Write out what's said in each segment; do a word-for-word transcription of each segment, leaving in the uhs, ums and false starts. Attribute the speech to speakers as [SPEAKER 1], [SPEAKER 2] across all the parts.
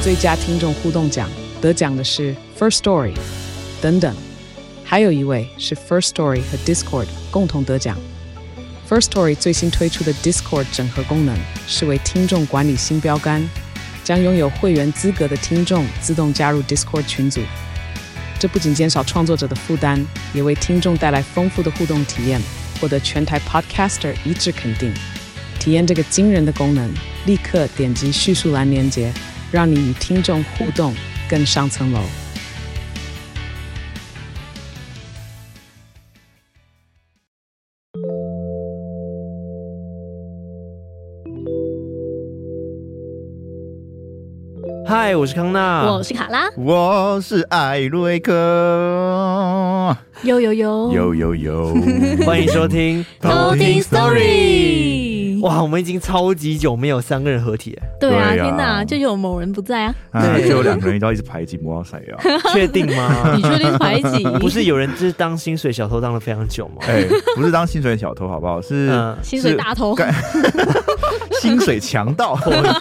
[SPEAKER 1] 最佳听众互动奖，得奖的是 First Story 等等，还有一位是 First Story 和 Discord 共同得奖。First Story 最新推出的 Discord 整合功能是为听众管理新标杆，将拥有会员资格的听众自动加入 Discord 群组。这不仅减少创作者的负担，也为听众带来丰富的互动体验，获得全台 Podcaster 一致肯定。体验这个惊人的功能，立刻点击叙述栏连结，让你与听众互动更上层楼。
[SPEAKER 2] 嗨，我是康纳，
[SPEAKER 3] 我是卡拉，
[SPEAKER 4] 我是艾瑞克。
[SPEAKER 3] 有有有
[SPEAKER 4] 有有有，
[SPEAKER 2] 欢迎收听
[SPEAKER 3] 偷听 Story。
[SPEAKER 2] 哇，我们已经超级久没有三个人合体了。
[SPEAKER 3] 对啊，
[SPEAKER 4] 对啊
[SPEAKER 3] 天哪，就有某人不在啊。
[SPEAKER 4] 啊，就有两个人一直要一直排挤摩奥塞啊。
[SPEAKER 2] 确定吗？
[SPEAKER 3] 你确定是排挤？
[SPEAKER 2] 不是有人就是当薪水小偷当了非常久吗？
[SPEAKER 4] 哎、不是当薪水小偷好不好？是、
[SPEAKER 2] 嗯、
[SPEAKER 3] 薪水大偷，
[SPEAKER 4] 薪水强盗。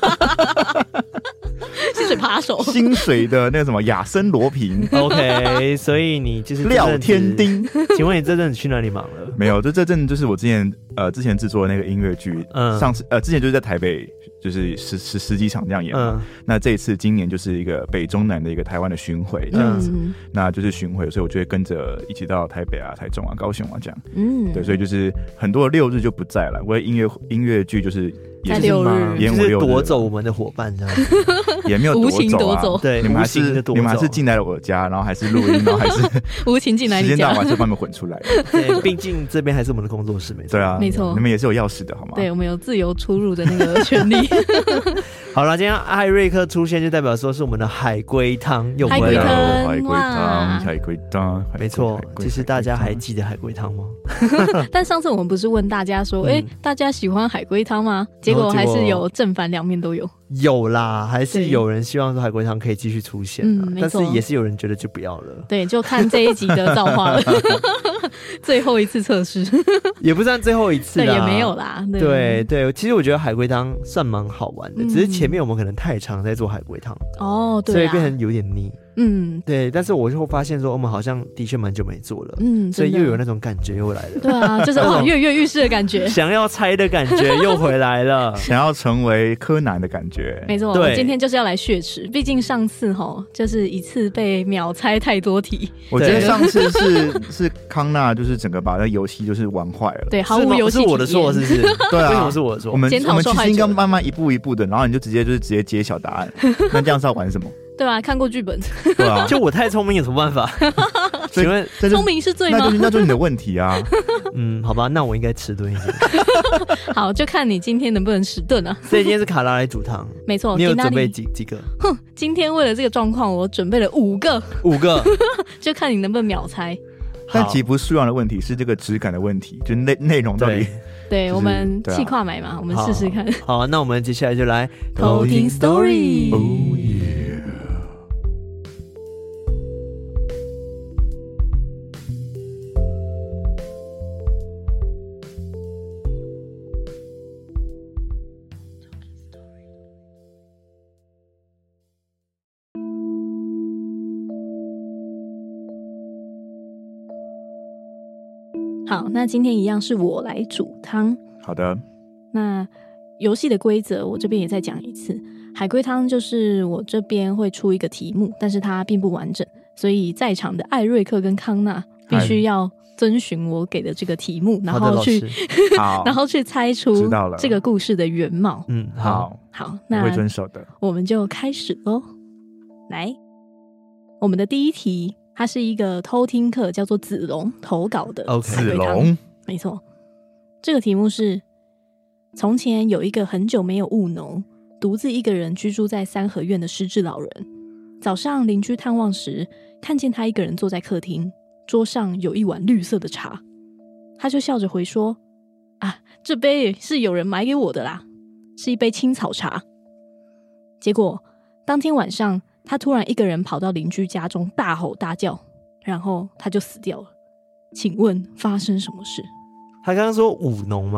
[SPEAKER 3] 薪水扒手，
[SPEAKER 4] 薪水的那个什么亚森罗平
[SPEAKER 2] OK， 所以你就是
[SPEAKER 4] 廖天丁。
[SPEAKER 2] 请问你这阵子去哪里忙了？
[SPEAKER 4] 没有，就这阵就是我之前呃之前制作的那个音乐剧，
[SPEAKER 2] 嗯，
[SPEAKER 4] 上次呃之前就是在台北就是十十十几场这样演嘛、嗯，那这一次今年就是一个北中南的一个台湾的巡回这样子、嗯，那就是巡回，所以我就会跟着一起到台北啊、台中啊、高雄啊这样，嗯，对，所以就是很多的六日就不在了，我的音乐音乐剧就是也是
[SPEAKER 3] 六日，
[SPEAKER 2] 就是夺走我们的伙伴这样子，
[SPEAKER 4] 也没有夺走、啊、
[SPEAKER 3] 无情夺走，
[SPEAKER 4] 对，你们还是你们还是进来了我家，然后还是录音，然后还是
[SPEAKER 3] 无情进来你家，
[SPEAKER 4] 时间到晚就把你们混出来。
[SPEAKER 2] 对，毕竟这边还是我们的工作室，没错。
[SPEAKER 4] 对啊，
[SPEAKER 3] 没错，
[SPEAKER 4] 你们也是有钥匙的，好吗？
[SPEAKER 3] 对，我们有自由出入的那个权利。
[SPEAKER 2] 好了，今天艾瑞克出现就代表说是我们的海龟汤又回来
[SPEAKER 3] 了。
[SPEAKER 4] 海龟汤，海龟汤，
[SPEAKER 2] 没错。其实大家还记得海龟汤吗？
[SPEAKER 3] 但上次我们不是问大家说，哎、欸，大家喜欢海龟汤吗？结果还是有正反两面都有。
[SPEAKER 2] 有啦，还是有人希望说海龟汤可以继续出现、啊嗯、但是也是有人觉得就不要了。
[SPEAKER 3] 对，就看这一集的造化了。最后一次测试
[SPEAKER 2] 也不算最后一次啦，
[SPEAKER 3] 对，也没有啦。对
[SPEAKER 2] 对, 对，其实我觉得海龟汤算蛮好玩的、嗯，只是前面我们可能太常在做海龟汤
[SPEAKER 3] 哦，对、啊，
[SPEAKER 2] 所以变成有点腻。
[SPEAKER 3] 嗯，
[SPEAKER 2] 对，但是我就发现说，我们好像的确蛮久没做了，
[SPEAKER 3] 嗯，
[SPEAKER 2] 所以又有那种感觉又来了。
[SPEAKER 3] 对啊，就是哇，跃跃欲试的感觉，
[SPEAKER 2] 想要猜的感觉又回来了，
[SPEAKER 4] 想要成为柯南的感觉。
[SPEAKER 3] 没错，我今天就是要来血池，毕竟上次齁就是一次被秒猜太多题。
[SPEAKER 4] 我觉得上次是是康纳就是整个把那游戏就是玩坏了，
[SPEAKER 3] 对，毫无游戏体验。
[SPEAKER 2] 是我的错，是不是？
[SPEAKER 4] 对啊，
[SPEAKER 2] 为什么是我的错？
[SPEAKER 4] 我们我们其实应该慢慢一步一步的，然后你就直接就是直接揭晓答案。那这样是要玩什么？
[SPEAKER 3] 对啊，看过剧本。
[SPEAKER 4] 对啊，
[SPEAKER 2] 就我太聪明有什么办法？请问
[SPEAKER 3] 聪明是罪吗？
[SPEAKER 4] 那就是那就是你的问题啊。
[SPEAKER 2] 嗯，好吧，那我应该迟钝一点。
[SPEAKER 3] 好，就看你今天能不能迟钝啊。
[SPEAKER 2] 所以今天是卡拉来煮汤，
[SPEAKER 3] 没错。
[SPEAKER 2] 你有准备几几个？
[SPEAKER 3] 哼，今天为了这个状况，我准备了五个，
[SPEAKER 2] 五个，
[SPEAKER 3] 就看你能不能秒猜。
[SPEAKER 4] 但其实不是数量的问题，是这个质感的问题，就内内容到底。
[SPEAKER 3] 对，就是、我们气跨买嘛，我们试试看。
[SPEAKER 2] 好，那我们接下来就来
[SPEAKER 3] 偷听 story。
[SPEAKER 4] Oh yeah。
[SPEAKER 3] 好，那今天一样是我来煮汤。
[SPEAKER 4] 好的。
[SPEAKER 3] 那游戏的规则我这边也再讲一次，海龟汤就是我这边会出一个题目，但是它并不完整，所以在场的艾瑞克跟康纳必须要遵循我给的这个题目，然后去然后去猜出这个故事的原貌。
[SPEAKER 2] 嗯，好，
[SPEAKER 3] 好，那
[SPEAKER 4] 我会遵守的。
[SPEAKER 3] 我们就开始咯。来，我们的第一题，它是一个偷听客叫做子龙投稿的
[SPEAKER 4] 子龙，
[SPEAKER 3] 没错。这个题目是：从前有一个很久没有务农，独自一个人居住在三合院的失智老人。早上邻居探望时，看见他一个人坐在客厅，桌上有一碗绿色的茶，他就笑着回说：啊，这杯是有人买给我的啦，是一杯青草茶。结果当天晚上，他突然一个人跑到邻居家中大吼大叫，然后他就死掉了。请问发生什么事？
[SPEAKER 2] 他刚刚说务农吗？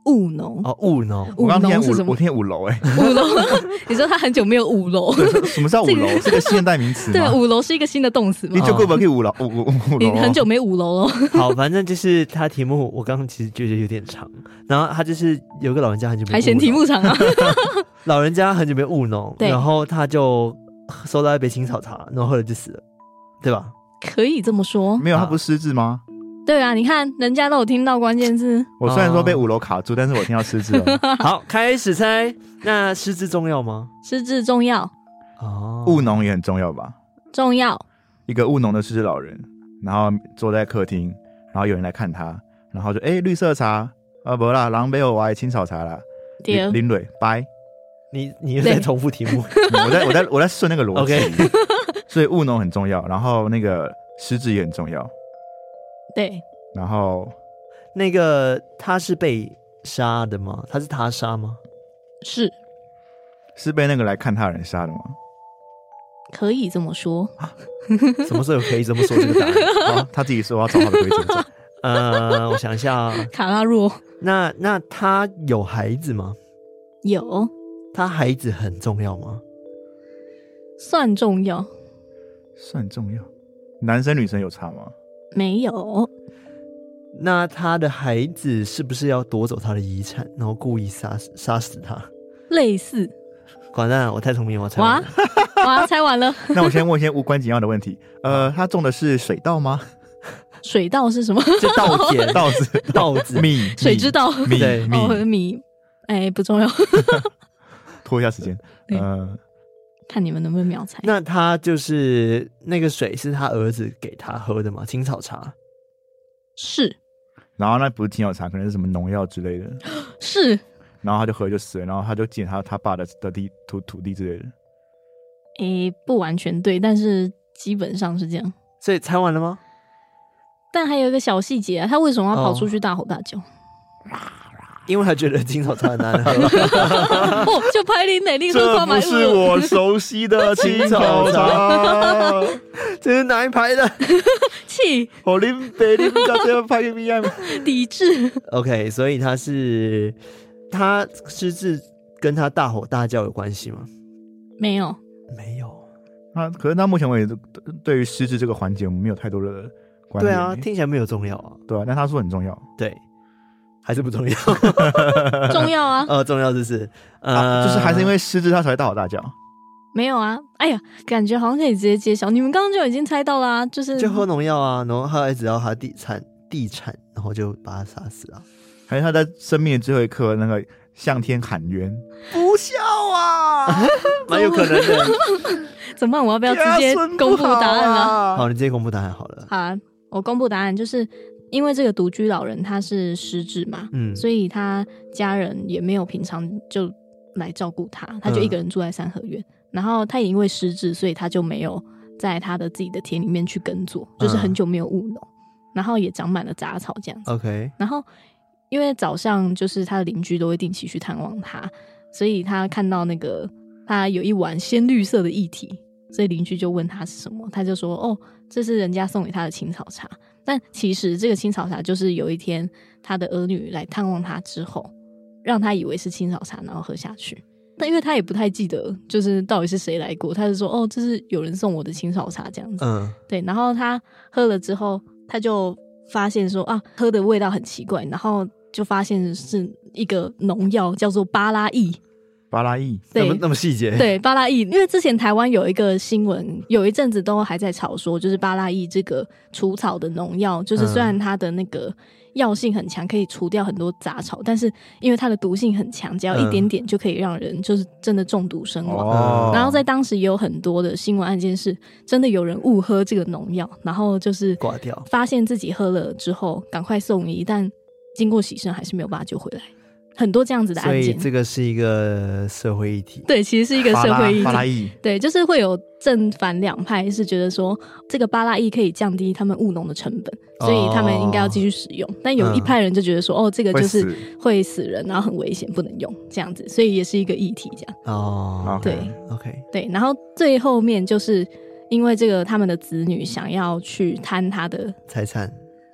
[SPEAKER 3] 务农
[SPEAKER 2] 哦，务农，
[SPEAKER 4] 我刚听
[SPEAKER 3] 是什么？
[SPEAKER 4] 我听五楼哎，
[SPEAKER 3] 五楼，你说他很久没有五楼？
[SPEAKER 4] 什么叫五楼？是个现代名词吗？
[SPEAKER 3] 对，五楼是一个新的动词吗？
[SPEAKER 4] 你就过不可以五楼五五五楼？
[SPEAKER 3] 你很久没五楼了。
[SPEAKER 2] 好，反正就是他题目，我刚刚其实觉得有点长，然后他就是有个老人家很久没
[SPEAKER 3] 还嫌题目长啊，
[SPEAKER 2] 老人家很久没务农，然后他就收到一杯青草茶，然后喝了就死了，对吧？
[SPEAKER 3] 可以这么说。
[SPEAKER 4] 没有，他不是失智吗？
[SPEAKER 3] 对啊，你看人家都有听到关键字。
[SPEAKER 4] 我虽然说被五楼卡住，但是我听到失智了。
[SPEAKER 2] 好，开始猜。那失智重要吗？
[SPEAKER 3] 失智重要。
[SPEAKER 2] 哦，
[SPEAKER 4] 务农也很重要吧？
[SPEAKER 3] 重要。一
[SPEAKER 4] 个务农的失智老人，然后坐在客厅，然后有人来看他，然后就哎、欸、绿色茶啊，不啦，狼狈我爱青草茶啦。林蕊拜。
[SPEAKER 2] 你你又在重复题目？
[SPEAKER 4] 我在我在我在顺那个逻辑。
[SPEAKER 2] Okay.
[SPEAKER 4] 所以务农很重要，然后那个失智也很重要。
[SPEAKER 3] 对，
[SPEAKER 4] 然后
[SPEAKER 2] 那个他是被杀的吗？他是他杀吗？
[SPEAKER 3] 是，
[SPEAKER 4] 是被那个来看他的人杀的吗？
[SPEAKER 3] 可以这么说。
[SPEAKER 2] 什么时候可以这么说这个答案？
[SPEAKER 4] 哦、他自己说要找他的规则。
[SPEAKER 2] 呃，我想一下，
[SPEAKER 3] 卡拉若。
[SPEAKER 2] 那那他有孩子吗？
[SPEAKER 3] 有。
[SPEAKER 2] 他孩子很重要吗？
[SPEAKER 3] 算重要。
[SPEAKER 4] 算重要。男生女生有差吗？
[SPEAKER 3] 没有。
[SPEAKER 2] 那他的孩子是不是要夺走他的遗产，然后故意杀杀死他？
[SPEAKER 3] 类似。
[SPEAKER 2] 完蛋，我太聪明，我猜完了。
[SPEAKER 3] 哇哇，猜完了。
[SPEAKER 4] 那我先问一些无关紧要的问题。呃，他种的是水稻吗？
[SPEAKER 3] 水稻是什么？
[SPEAKER 2] 就稻田、
[SPEAKER 4] 稻子、
[SPEAKER 2] 稻子、
[SPEAKER 4] 米、
[SPEAKER 3] 水之稻、
[SPEAKER 4] 米、米、
[SPEAKER 3] 哦、米，哎，不重要。
[SPEAKER 4] 拖一下时间。呃。
[SPEAKER 3] 看你们能不能秒猜。
[SPEAKER 2] 那他就是那个水是他儿子给他喝的吗？青草茶
[SPEAKER 3] 是。
[SPEAKER 4] 然后那不是青草茶，可能是什么农药之类的。
[SPEAKER 3] 是。
[SPEAKER 4] 然后他就喝就死了，然后他就捡他他爸的的地土土地之类的。
[SPEAKER 3] 诶，不完全对，但是基本上是这样。
[SPEAKER 2] 所以猜完了吗？
[SPEAKER 3] 但还有一个小细节啊，他为什么要跑出去大吼大叫？
[SPEAKER 2] 哦，因为他觉得青草茶很难喝。
[SPEAKER 3] 哦，就拍林美丽
[SPEAKER 4] 这不是我熟悉的青草茶。
[SPEAKER 2] 这是哪一排的？
[SPEAKER 3] 气！
[SPEAKER 4] 我林北林不知道这样拍个 B I 吗？
[SPEAKER 3] 抵制。
[SPEAKER 2] OK， 所以他是他失智跟他大吼大叫有关系吗？
[SPEAKER 3] 没有，
[SPEAKER 2] 没有。
[SPEAKER 4] 他可是到目前为止，对于失智这个环节，我们没有太多的关联。
[SPEAKER 2] 对啊，听起来没有重要啊。
[SPEAKER 4] 对啊，但他说很重要。
[SPEAKER 2] 对。还是不重要？
[SPEAKER 3] 重要啊！
[SPEAKER 2] 呃，重要就是，呃、
[SPEAKER 4] 啊，就是还是因为失智他才会大吼大叫。
[SPEAKER 3] 没有啊！哎呀，感觉好像可以直接揭晓。你们刚刚就已经猜到啦、啊，就是
[SPEAKER 2] 就喝农药啊，然后他儿子要他地产地产，然后就把他杀死啊。
[SPEAKER 4] 还是他在生命的最后一刻，那个向天喊冤，不孝啊，
[SPEAKER 2] 蛮有可能的。
[SPEAKER 3] 怎么办？我要不要直接公布答案啊？
[SPEAKER 2] 好，你直接公布答案好了。
[SPEAKER 3] 好啊，我公布答案就是。因为这个独居老人他是失智嘛，嗯，所以他家人也没有平常就来照顾他，他就一个人住在三合院、嗯、然后他也因为失智，所以他就没有在他的自己的田里面去耕作，就是很久没有务农、嗯、然后也长满了杂草这样子。
[SPEAKER 2] OK，
[SPEAKER 3] 然后因为早上就是他的邻居都会定期去探望他，所以他看到那个他有一碗鲜绿色的液体，所以邻居就问他是什么，他就说哦，这是人家送给他的青草茶。但其实这个青草茶就是有一天他的儿女来探望他之后，让他以为是青草茶，然后喝下去。但因为他也不太记得就是到底是谁来过，他就说哦，这是有人送我的青草茶这样子。嗯，对。然后他喝了之后，他就发现说啊，喝的味道很奇怪，然后就发现是一个农药叫做巴拉益。
[SPEAKER 4] 巴拉益，
[SPEAKER 2] 那么那么细节？
[SPEAKER 3] 对，巴拉益，因为之前台湾有一个新闻，有一阵子都还在吵说，就是巴拉益这个除草的农药，就是虽然它的那个药性很强，可以除掉很多杂草，但是因为它的毒性很强，只要一点点就可以让人就是真的中毒身亡。哦、然后在当时也有很多的新闻案件是真的有人误喝这个农药，然后就是
[SPEAKER 2] 挂掉，发
[SPEAKER 3] 现自己喝了之后赶快送医，但经过洗肾还是没有办法救回来。很多这样子的案件，
[SPEAKER 2] 所以这个是一个社会议题。
[SPEAKER 3] 对，其实是一个社会议题。
[SPEAKER 4] 巴拉益，
[SPEAKER 3] 对，就是会有正反两派，是觉得说这个巴拉益可以降低他们务农的成本，所以他们应该要继续使用。哦、但有一派人就觉得说，嗯、哦，这个就是会死人，然后很危险，不能用这样子，所以也是一个议题这样。
[SPEAKER 2] 哦，
[SPEAKER 3] 对
[SPEAKER 2] ，OK，
[SPEAKER 3] 对。然后最后面就是因为这个，他们的子女想要去贪他的
[SPEAKER 2] 财产。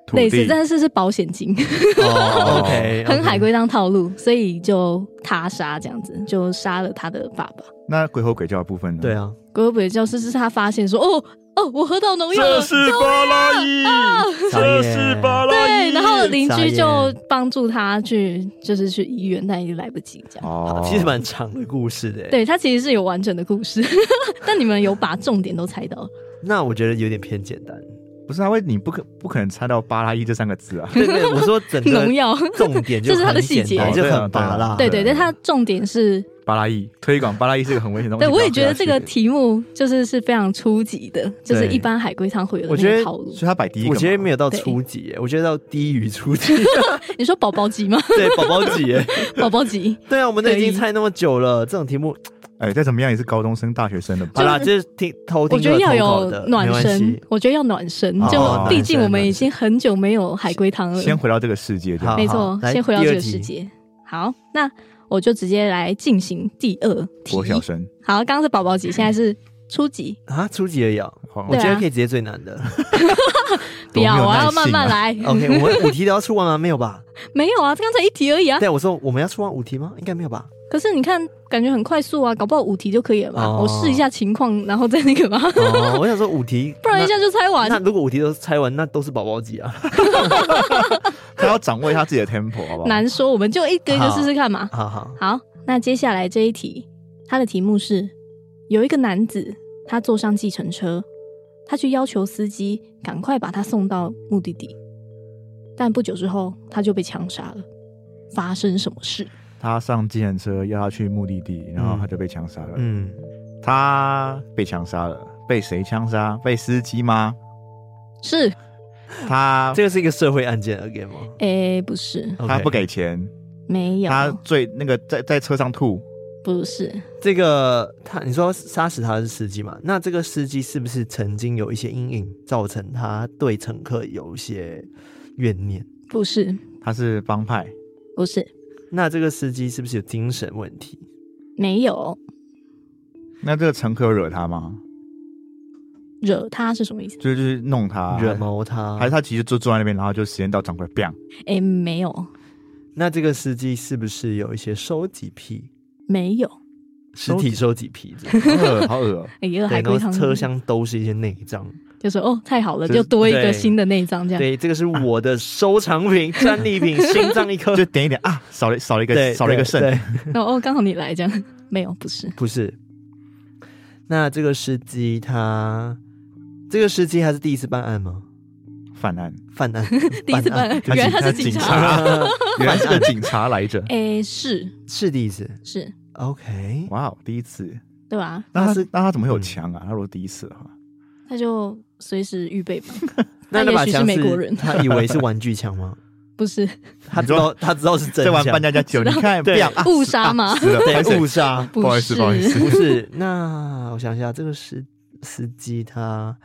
[SPEAKER 3] 类似，但是是保险金。
[SPEAKER 2] 哦 ，OK，
[SPEAKER 3] 很海龟汤套路，所以就他杀这样子，就杀了他的爸爸。
[SPEAKER 4] 那鬼吼鬼叫的部分呢？
[SPEAKER 2] 对啊，
[SPEAKER 3] 鬼吼鬼叫是是他发现说，哦哦，我喝到农药了，
[SPEAKER 4] 这是巴拉伊，啊、这是巴拉伊。
[SPEAKER 3] 对，然后邻居就帮助他去，就是去医院，但已经来不及这样。
[SPEAKER 2] 哦，其实蛮长的故事的。
[SPEAKER 3] 对，他其实是有完整的故事，但你们有把重点都猜到。
[SPEAKER 2] 那我觉得有点偏简单。
[SPEAKER 4] 不是啊，为你不可不可能猜到巴拉伊这三个字啊？
[SPEAKER 2] 对对，我说整个
[SPEAKER 3] 农药
[SPEAKER 2] 重点就
[SPEAKER 3] 这是他的细节，
[SPEAKER 2] 就很巴拉。
[SPEAKER 3] 对对，但他重点是
[SPEAKER 4] 巴拉伊推广巴拉伊是个很危险的东西。
[SPEAKER 3] 对，我也觉得这个题目就是是非常初级的，就是一般海龟汤会有的那个套路。
[SPEAKER 4] 所以他摆第一个，
[SPEAKER 2] 我觉得没有到初级，我觉得到低于初级。
[SPEAKER 3] 你说宝宝级吗？
[SPEAKER 2] 对，宝宝级耶，
[SPEAKER 3] 宝宝级。
[SPEAKER 2] 对啊，我们都已经猜那么久了，这种题目。
[SPEAKER 4] 哎，再怎么样也是高中生、大学生的。
[SPEAKER 2] 好啦，就是听偷听。
[SPEAKER 3] 我觉得要有暖身，我觉得要暖身，就毕竟我们已经很久没有海龟汤了。
[SPEAKER 4] 先回到这个世界，
[SPEAKER 3] 没错，先回到这个世界。好，那我就直接来进行第二题。
[SPEAKER 4] 国小生。
[SPEAKER 3] 好，刚刚是宝宝级，现在是初级
[SPEAKER 2] 啊，初级而已啊。我觉得可以直接最难的。
[SPEAKER 3] 不要，我要慢慢来。
[SPEAKER 2] OK， 我们五题都要出完吗？没有吧？
[SPEAKER 3] 没有啊，刚才一题而已啊。
[SPEAKER 2] 对，我说我们要出完五题吗？应该没有吧？
[SPEAKER 3] 可是你看，感觉很快速啊，搞不好五题就可以了吧？哦、我试一下情况，然后再那个吧。
[SPEAKER 2] 哦，我想说五题，
[SPEAKER 3] 不然一下就猜完。
[SPEAKER 2] 那如果五题都猜完，那都是宝宝级啊。
[SPEAKER 4] 他要掌握他自己的 tempo， 好不好？
[SPEAKER 3] 难说，我们就一个一个试试看嘛。
[SPEAKER 2] 好好
[SPEAKER 3] 好，那接下来这一题，它的题目是：有一个男子，他坐上计程车，他去要求司机赶快把他送到目的地，但不久之后他就被枪杀了。发生什么事？
[SPEAKER 4] 他上计程车要他去目的地，然后他就被枪杀了。
[SPEAKER 2] 嗯，
[SPEAKER 4] 他被枪杀了，被谁枪杀？被司机吗？
[SPEAKER 3] 是。
[SPEAKER 4] 他
[SPEAKER 2] 这个是一个社会案件 again 吗？
[SPEAKER 3] 诶、欸，不是。
[SPEAKER 4] 他不给钱。
[SPEAKER 3] 没有。
[SPEAKER 4] 他最那个在在车上吐。
[SPEAKER 3] 不是。
[SPEAKER 2] 这个他你说杀死他的是司机嘛？那这个司机是不是曾经有一些阴影，造成他对乘客有一些怨念？
[SPEAKER 3] 不是。
[SPEAKER 4] 他是帮派？
[SPEAKER 3] 不是。
[SPEAKER 2] 那这个司机是不是有精神问题？
[SPEAKER 3] 没有。
[SPEAKER 4] 那这个乘客有惹他吗？
[SPEAKER 3] 惹他是什么意思？
[SPEAKER 4] 就是就是弄他，
[SPEAKER 2] 惹毛他，
[SPEAKER 4] 还是他其实就坐在那边，然后就时间到掌柜 biang？
[SPEAKER 3] 哎、欸，没有。
[SPEAKER 2] 那这个司机是不是有一些收集癖？
[SPEAKER 3] 没有。
[SPEAKER 2] 尸体收集癖，
[SPEAKER 4] 好恶，好恶。
[SPEAKER 3] 哎呀，海龟汤
[SPEAKER 2] 车厢都是一些内脏。
[SPEAKER 3] 就说哦，太好了，就多一个新的内脏，这样。
[SPEAKER 2] 对，这个是我的收藏品、战利品，心脏一颗，
[SPEAKER 4] 就点一点啊，少了少了一个，少了一个肾。
[SPEAKER 3] 哦，刚好你来这样，没有，不是，
[SPEAKER 2] 不是。那这个司机他，这个司机他是第一次办案吗？
[SPEAKER 4] 犯案，
[SPEAKER 2] 犯案，
[SPEAKER 3] 第一次办案，原来他是警察，
[SPEAKER 4] 原来是个警察来着。
[SPEAKER 3] 哎，是
[SPEAKER 2] 是第一次，
[SPEAKER 3] 是
[SPEAKER 2] OK，
[SPEAKER 4] 哇哦，第一次，
[SPEAKER 3] 对吧？
[SPEAKER 4] 那他是那他怎么会有枪啊？他如果第一次的话。
[SPEAKER 3] 他就随时预备吧。
[SPEAKER 2] 那
[SPEAKER 3] 他也许是美国人，
[SPEAKER 2] 他以为是玩具枪吗？
[SPEAKER 3] 不是，
[SPEAKER 2] 他知道他知道是真枪。
[SPEAKER 4] 在玩扮家家酒，你看，
[SPEAKER 3] 对，误杀吗？
[SPEAKER 2] 对，误杀。
[SPEAKER 4] 不好意思，不好意思，
[SPEAKER 2] 不是。那我想一下，这个司司机他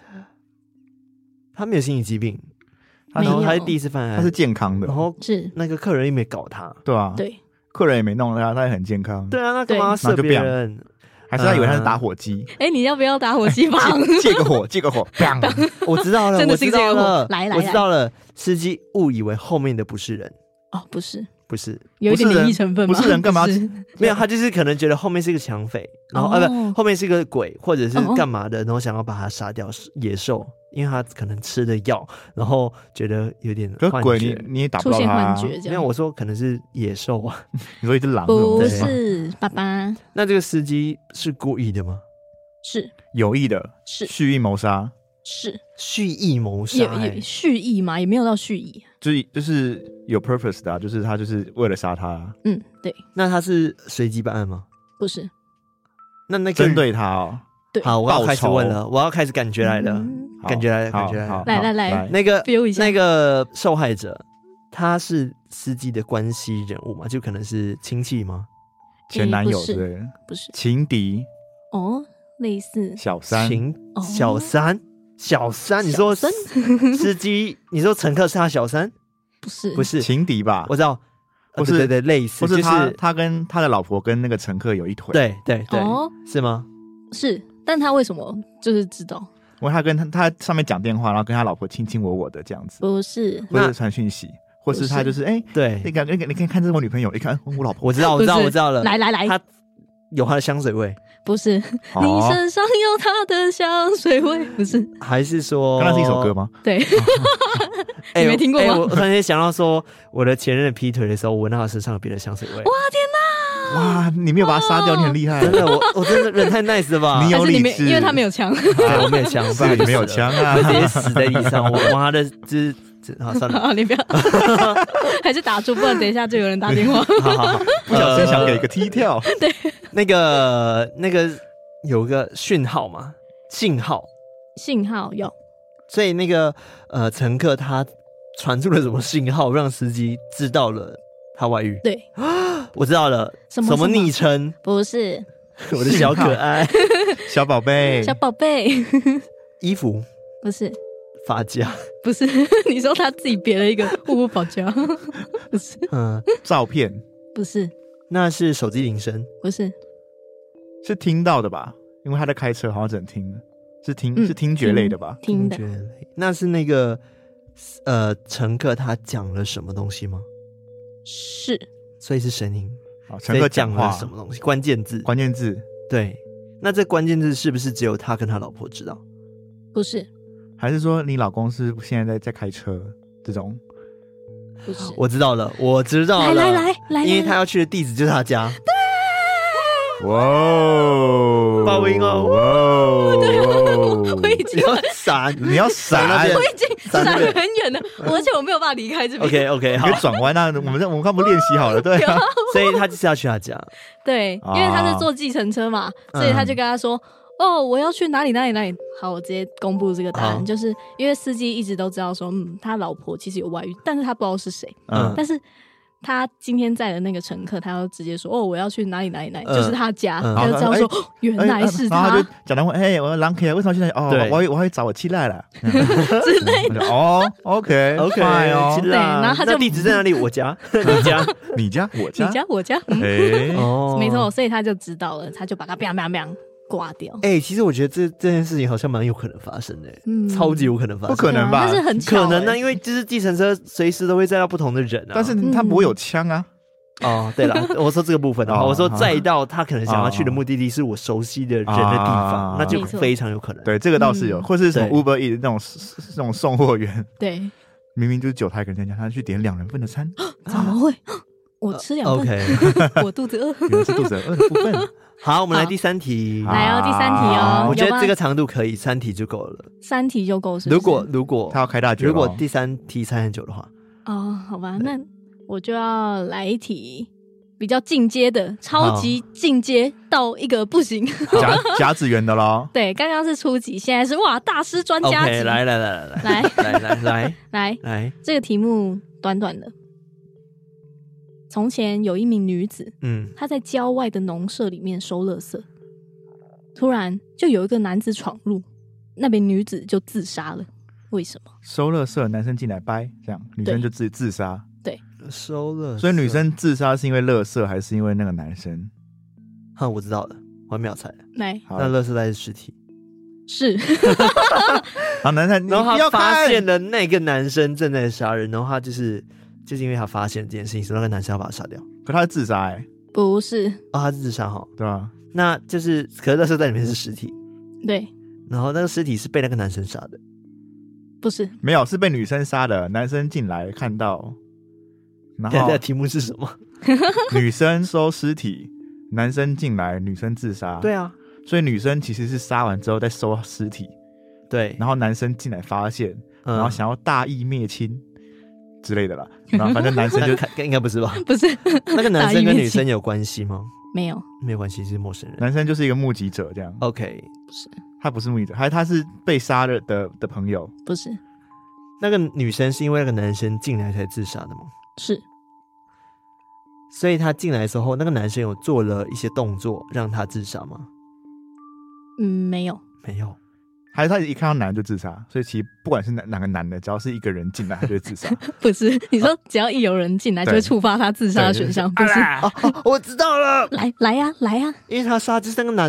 [SPEAKER 2] 他没有心理疾病，然后他是第一次犯案，
[SPEAKER 4] 他是健康的，
[SPEAKER 2] 然后
[SPEAKER 3] 是
[SPEAKER 2] 那个客人也没搞他，
[SPEAKER 4] 对啊，
[SPEAKER 3] 对，
[SPEAKER 4] 客人也没弄他，他也很健康。
[SPEAKER 2] 对啊，那干嘛射别人？
[SPEAKER 4] 还是他以为他是打火机？
[SPEAKER 3] 哎、呃，你要不要打火机吧？
[SPEAKER 4] 借个火，借个火，
[SPEAKER 2] 我知道了，
[SPEAKER 3] 真的是
[SPEAKER 2] 我知道了，
[SPEAKER 3] 来来，
[SPEAKER 2] 我知道了。司机误以为后面的不是人，
[SPEAKER 3] 哦，不是，
[SPEAKER 2] 不是，
[SPEAKER 3] 有一点灵异成分吗？
[SPEAKER 4] 不是人干嘛？
[SPEAKER 2] 没有，他就是可能觉得后面是一个抢匪，然后、哦、啊不，后面是一个鬼或者是干嘛的，然后想要把他杀掉，野兽。因为他可能吃了药，然后觉得有点幻觉，
[SPEAKER 4] 鬼你你也打不到他、啊，
[SPEAKER 3] 出现幻觉。
[SPEAKER 2] 没有，我说可能是野兽啊。
[SPEAKER 4] 你说一只狼？
[SPEAKER 3] 不是，爸爸。
[SPEAKER 2] 那这个司机是故意的吗？
[SPEAKER 3] 是
[SPEAKER 4] 有意的，
[SPEAKER 3] 是
[SPEAKER 4] 蓄意谋杀，
[SPEAKER 3] 是
[SPEAKER 2] 蓄意谋杀、欸，
[SPEAKER 3] 也蓄意嘛，也没有到蓄意，
[SPEAKER 4] 就是就是有 purpose 的、啊，就是他就是为了杀他、啊。
[SPEAKER 3] 嗯，对。
[SPEAKER 2] 那他是随机办案吗？
[SPEAKER 3] 不是。
[SPEAKER 2] 那那个
[SPEAKER 4] 针对他哦。
[SPEAKER 2] 好，我要开始问了，我要开始感觉来了，嗯、感觉来了，感觉来了，
[SPEAKER 3] 来来来，
[SPEAKER 2] 那个那个受害者，他是司机的关系人物吗？就可能是亲戚吗？
[SPEAKER 4] 前男友之类的？
[SPEAKER 3] 不是，
[SPEAKER 4] 情敌
[SPEAKER 3] 哦，类似
[SPEAKER 4] 小三，
[SPEAKER 2] 情小三，小三，你说司机，你说乘客是他小三？
[SPEAKER 3] 不是，
[SPEAKER 2] 不是
[SPEAKER 4] 情敌吧？
[SPEAKER 2] 我知道，
[SPEAKER 4] 不是，
[SPEAKER 2] 对对，类似，
[SPEAKER 4] 不是他，他跟他的老婆跟那个乘客有一腿，
[SPEAKER 2] 对对对，是吗？
[SPEAKER 3] 是。但他为什么就是知道？
[SPEAKER 4] 我他跟他他上面讲电话，然后跟他老婆卿卿我我的这样子，
[SPEAKER 3] 不是，
[SPEAKER 4] 或者传讯息，或是他就是哎、欸，
[SPEAKER 2] 对，
[SPEAKER 4] 你看你看你看看这是我女朋友，你看我老婆，
[SPEAKER 2] 我知道我知道我知道了，
[SPEAKER 3] 来来来，
[SPEAKER 2] 他有他的香水味，
[SPEAKER 3] 不是，
[SPEAKER 4] 哦、
[SPEAKER 3] 你身上有他的香水味，不是，
[SPEAKER 2] 还是说
[SPEAKER 4] 刚刚是一首歌吗？
[SPEAKER 3] 对，
[SPEAKER 2] 欸、
[SPEAKER 3] 你没听过吗？
[SPEAKER 2] 欸、我突然间想到说，我的前任劈腿的时候，我闻到他身上有别的香水味。
[SPEAKER 3] 哇天哪！
[SPEAKER 4] 哇，你没有把他杀掉，你很厉害，
[SPEAKER 2] 真的，我我真的人太 nice 了吧？
[SPEAKER 4] 你有理智，
[SPEAKER 3] 因为他没有枪，
[SPEAKER 2] 对，我没有枪，
[SPEAKER 4] 不然你没有枪啊，
[SPEAKER 2] 我直接死在地上，我往他的就是好算了，
[SPEAKER 3] 你不要，还是打住，不然等一下就有人打电话。
[SPEAKER 2] 好好好，
[SPEAKER 4] 不小心想给一个踢跳。
[SPEAKER 3] 对，
[SPEAKER 2] 那个那个有个讯号嘛，信号，
[SPEAKER 3] 信号有，
[SPEAKER 2] 所以那个呃乘客他传出了什么信号，让司机知道了他外遇？
[SPEAKER 3] 对，
[SPEAKER 2] 我知道了，
[SPEAKER 3] 什么
[SPEAKER 2] 什么昵称？
[SPEAKER 3] 不是，
[SPEAKER 2] 我的小可爱，
[SPEAKER 4] 小宝贝，
[SPEAKER 3] 小宝贝，
[SPEAKER 2] 衣服
[SPEAKER 3] 不是。
[SPEAKER 2] 发夹
[SPEAKER 3] 不是，你说他自己别了一个户部保夹，不是，
[SPEAKER 2] 嗯，
[SPEAKER 4] 照片
[SPEAKER 3] 不是，
[SPEAKER 2] 那是手机铃声，
[SPEAKER 3] 不是，
[SPEAKER 4] 是听到的吧？因为他在开车，好像只能听，是听、嗯、是听觉类的吧？
[SPEAKER 3] 听的，
[SPEAKER 2] 听觉类。那是那个呃乘客他讲了什么东西吗？
[SPEAKER 3] 是，
[SPEAKER 2] 所以是声音。
[SPEAKER 4] 哦，乘客
[SPEAKER 2] 讲了什么东西？关键字，
[SPEAKER 4] 关键字。
[SPEAKER 2] 对，那这关键字是不是只有他跟他老婆知道？
[SPEAKER 3] 不是。
[SPEAKER 4] 还是说你老公是现在在在开车这种？
[SPEAKER 3] 不是，
[SPEAKER 2] 我知道了，我知道了，
[SPEAKER 3] 来来来来，
[SPEAKER 2] 因为他要去的地址就是他家。
[SPEAKER 3] 对，
[SPEAKER 4] 哇哦，
[SPEAKER 2] 爆音哦，
[SPEAKER 4] 哇哦，
[SPEAKER 3] 对，我已经
[SPEAKER 2] 你要闪，
[SPEAKER 4] 你要闪，
[SPEAKER 3] 我已经闪很远了，而且我没有办法离开这边。
[SPEAKER 2] OK OK， 好，
[SPEAKER 4] 你可以转弯啊，我们我们刚不练习好了，对啊，
[SPEAKER 2] 所以他就是要去他家。
[SPEAKER 3] 对，因为他是坐计程车嘛，所以他就跟他说。哦，我要去哪里哪里哪里？好，我直接公布这个答案，就是因为司机一直都知道说，嗯，他老婆其实有外遇，但是他不知道是谁。嗯，但是他今天载的那个乘客，他要直接说，哦，我要去哪里哪里哪里，嗯、就是他家，嗯、他就知道说，欸哦、原来是他。
[SPEAKER 4] 然后他就讲到问，哎，我狼 K 为什么去那里？哦，我我会找我妻赖了
[SPEAKER 3] 之类的。
[SPEAKER 4] 哦 ，OK
[SPEAKER 2] OK，
[SPEAKER 4] 哦，
[SPEAKER 3] 对，然后他就
[SPEAKER 2] 地址在哪里？我家，你家，
[SPEAKER 4] 你家，我家，
[SPEAKER 3] 你家，我家。
[SPEAKER 4] 哎，
[SPEAKER 3] 哦，没错，所以他就知道了，他就把他 biang biang biang。挂掉。
[SPEAKER 2] 哎、欸，其实我觉得这这件事情好像蛮有可能发生的、欸，嗯，超级有可能发生。
[SPEAKER 4] 不可能吧？
[SPEAKER 3] 但是很
[SPEAKER 2] 可能呢、啊，因为就是计程车随时都会载到不同的人啊。
[SPEAKER 4] 但是他不会有枪啊。
[SPEAKER 2] 嗯、哦，对了，我说这个部分的话，我说载到他可能想要去的目的地是我熟悉的人的地方，啊、那就非常有可能。
[SPEAKER 4] 对，这个倒是有，嗯、或是什么 Uber Eats 那种那种送货员，
[SPEAKER 3] 对，
[SPEAKER 4] 明明就是九台跟人家讲，他去点两人份的餐，
[SPEAKER 3] 怎么会？我吃两份，
[SPEAKER 2] uh,
[SPEAKER 3] 我肚子饿，
[SPEAKER 4] 原来是肚子饿的部分。
[SPEAKER 2] 好，我们来第三题。
[SPEAKER 3] 来哦，第三题哦。
[SPEAKER 2] 我觉得这个长度可以，三题就够了。
[SPEAKER 3] 三题就够是不是？
[SPEAKER 2] 如果如果
[SPEAKER 4] 他要开大局，
[SPEAKER 2] 如果第三题猜很久的话，
[SPEAKER 3] 哦，好吧，那我就要来一题比较进阶的，超级进阶到一个不行，
[SPEAKER 4] 甲甲子园的咯。
[SPEAKER 3] 对，刚刚是初级，现在是哇大师专家级。
[SPEAKER 2] OK， 来来来来
[SPEAKER 3] 来
[SPEAKER 2] 来来来
[SPEAKER 3] 来
[SPEAKER 2] 来，
[SPEAKER 3] 这个题目短短的。从前有一名女子，嗯，她在郊外的农舍里面收垃圾，突然就有一个男子闯入，那名女子就自杀了。为什么？
[SPEAKER 4] 收垃圾，男生进来掰，这样女生就自自杀。
[SPEAKER 3] 对，
[SPEAKER 2] 收垃圾。
[SPEAKER 4] 所以女生自杀是因为垃圾，还是因为那个男生？
[SPEAKER 2] 哈，我知道了，我还没有猜。
[SPEAKER 3] 来，
[SPEAKER 2] 那垃圾袋是尸体。
[SPEAKER 3] 是。
[SPEAKER 4] 好，男生，
[SPEAKER 2] 然后他发现了那个男生正在杀人，然后他就是。就是因为他发现这件事情，所以那个男生要把他杀掉。
[SPEAKER 4] 可他是自杀哎、欸，
[SPEAKER 3] 不是
[SPEAKER 2] 哦，他是自杀哈，
[SPEAKER 4] 对吧？
[SPEAKER 2] 那就是，可是垃圾袋里面是尸体，
[SPEAKER 3] 对。
[SPEAKER 2] 然后那个尸体是被那个男生杀的，
[SPEAKER 3] 不是？
[SPEAKER 4] 没有，是被女生杀的。男生进来看到，然后
[SPEAKER 2] 这个题目是什么？
[SPEAKER 4] 女生收尸体，男生进来，女生自杀。
[SPEAKER 2] 对啊，
[SPEAKER 4] 所以女生其实是杀完之后再收尸体，
[SPEAKER 2] 对。
[SPEAKER 4] 然后男生进来发现，
[SPEAKER 2] 嗯、
[SPEAKER 4] 然后想要大义灭亲。之类的啦，然后反正男生就
[SPEAKER 2] 应该不是吧？
[SPEAKER 3] 不是，
[SPEAKER 2] 那个男生跟女生有关系吗？
[SPEAKER 3] 没有，
[SPEAKER 2] 没有关系，是陌生人。
[SPEAKER 4] 男生就是一个目击者，这样。
[SPEAKER 2] OK，
[SPEAKER 3] 不是，
[SPEAKER 4] 他不是目击者，还他是被杀的的的朋友。
[SPEAKER 3] 不是，
[SPEAKER 2] 那个女生是因为那个男生进来才自杀的吗？
[SPEAKER 3] 是，
[SPEAKER 2] 所以他进来的时候，那个男生有做了一些动作让他自杀吗？
[SPEAKER 3] 嗯，没有，
[SPEAKER 2] 没有。
[SPEAKER 4] 还是他一看到男人就自杀，所以其实不管是哪哪个男的，只要是一个人进来，他就会自杀。
[SPEAKER 3] 不是，你说只要一有人进来，就会触发他自杀的选项，不是？
[SPEAKER 2] 哦哦，我知道了，
[SPEAKER 3] 来来呀、啊，来呀、啊！
[SPEAKER 2] 因为他杀就是那个男的啊。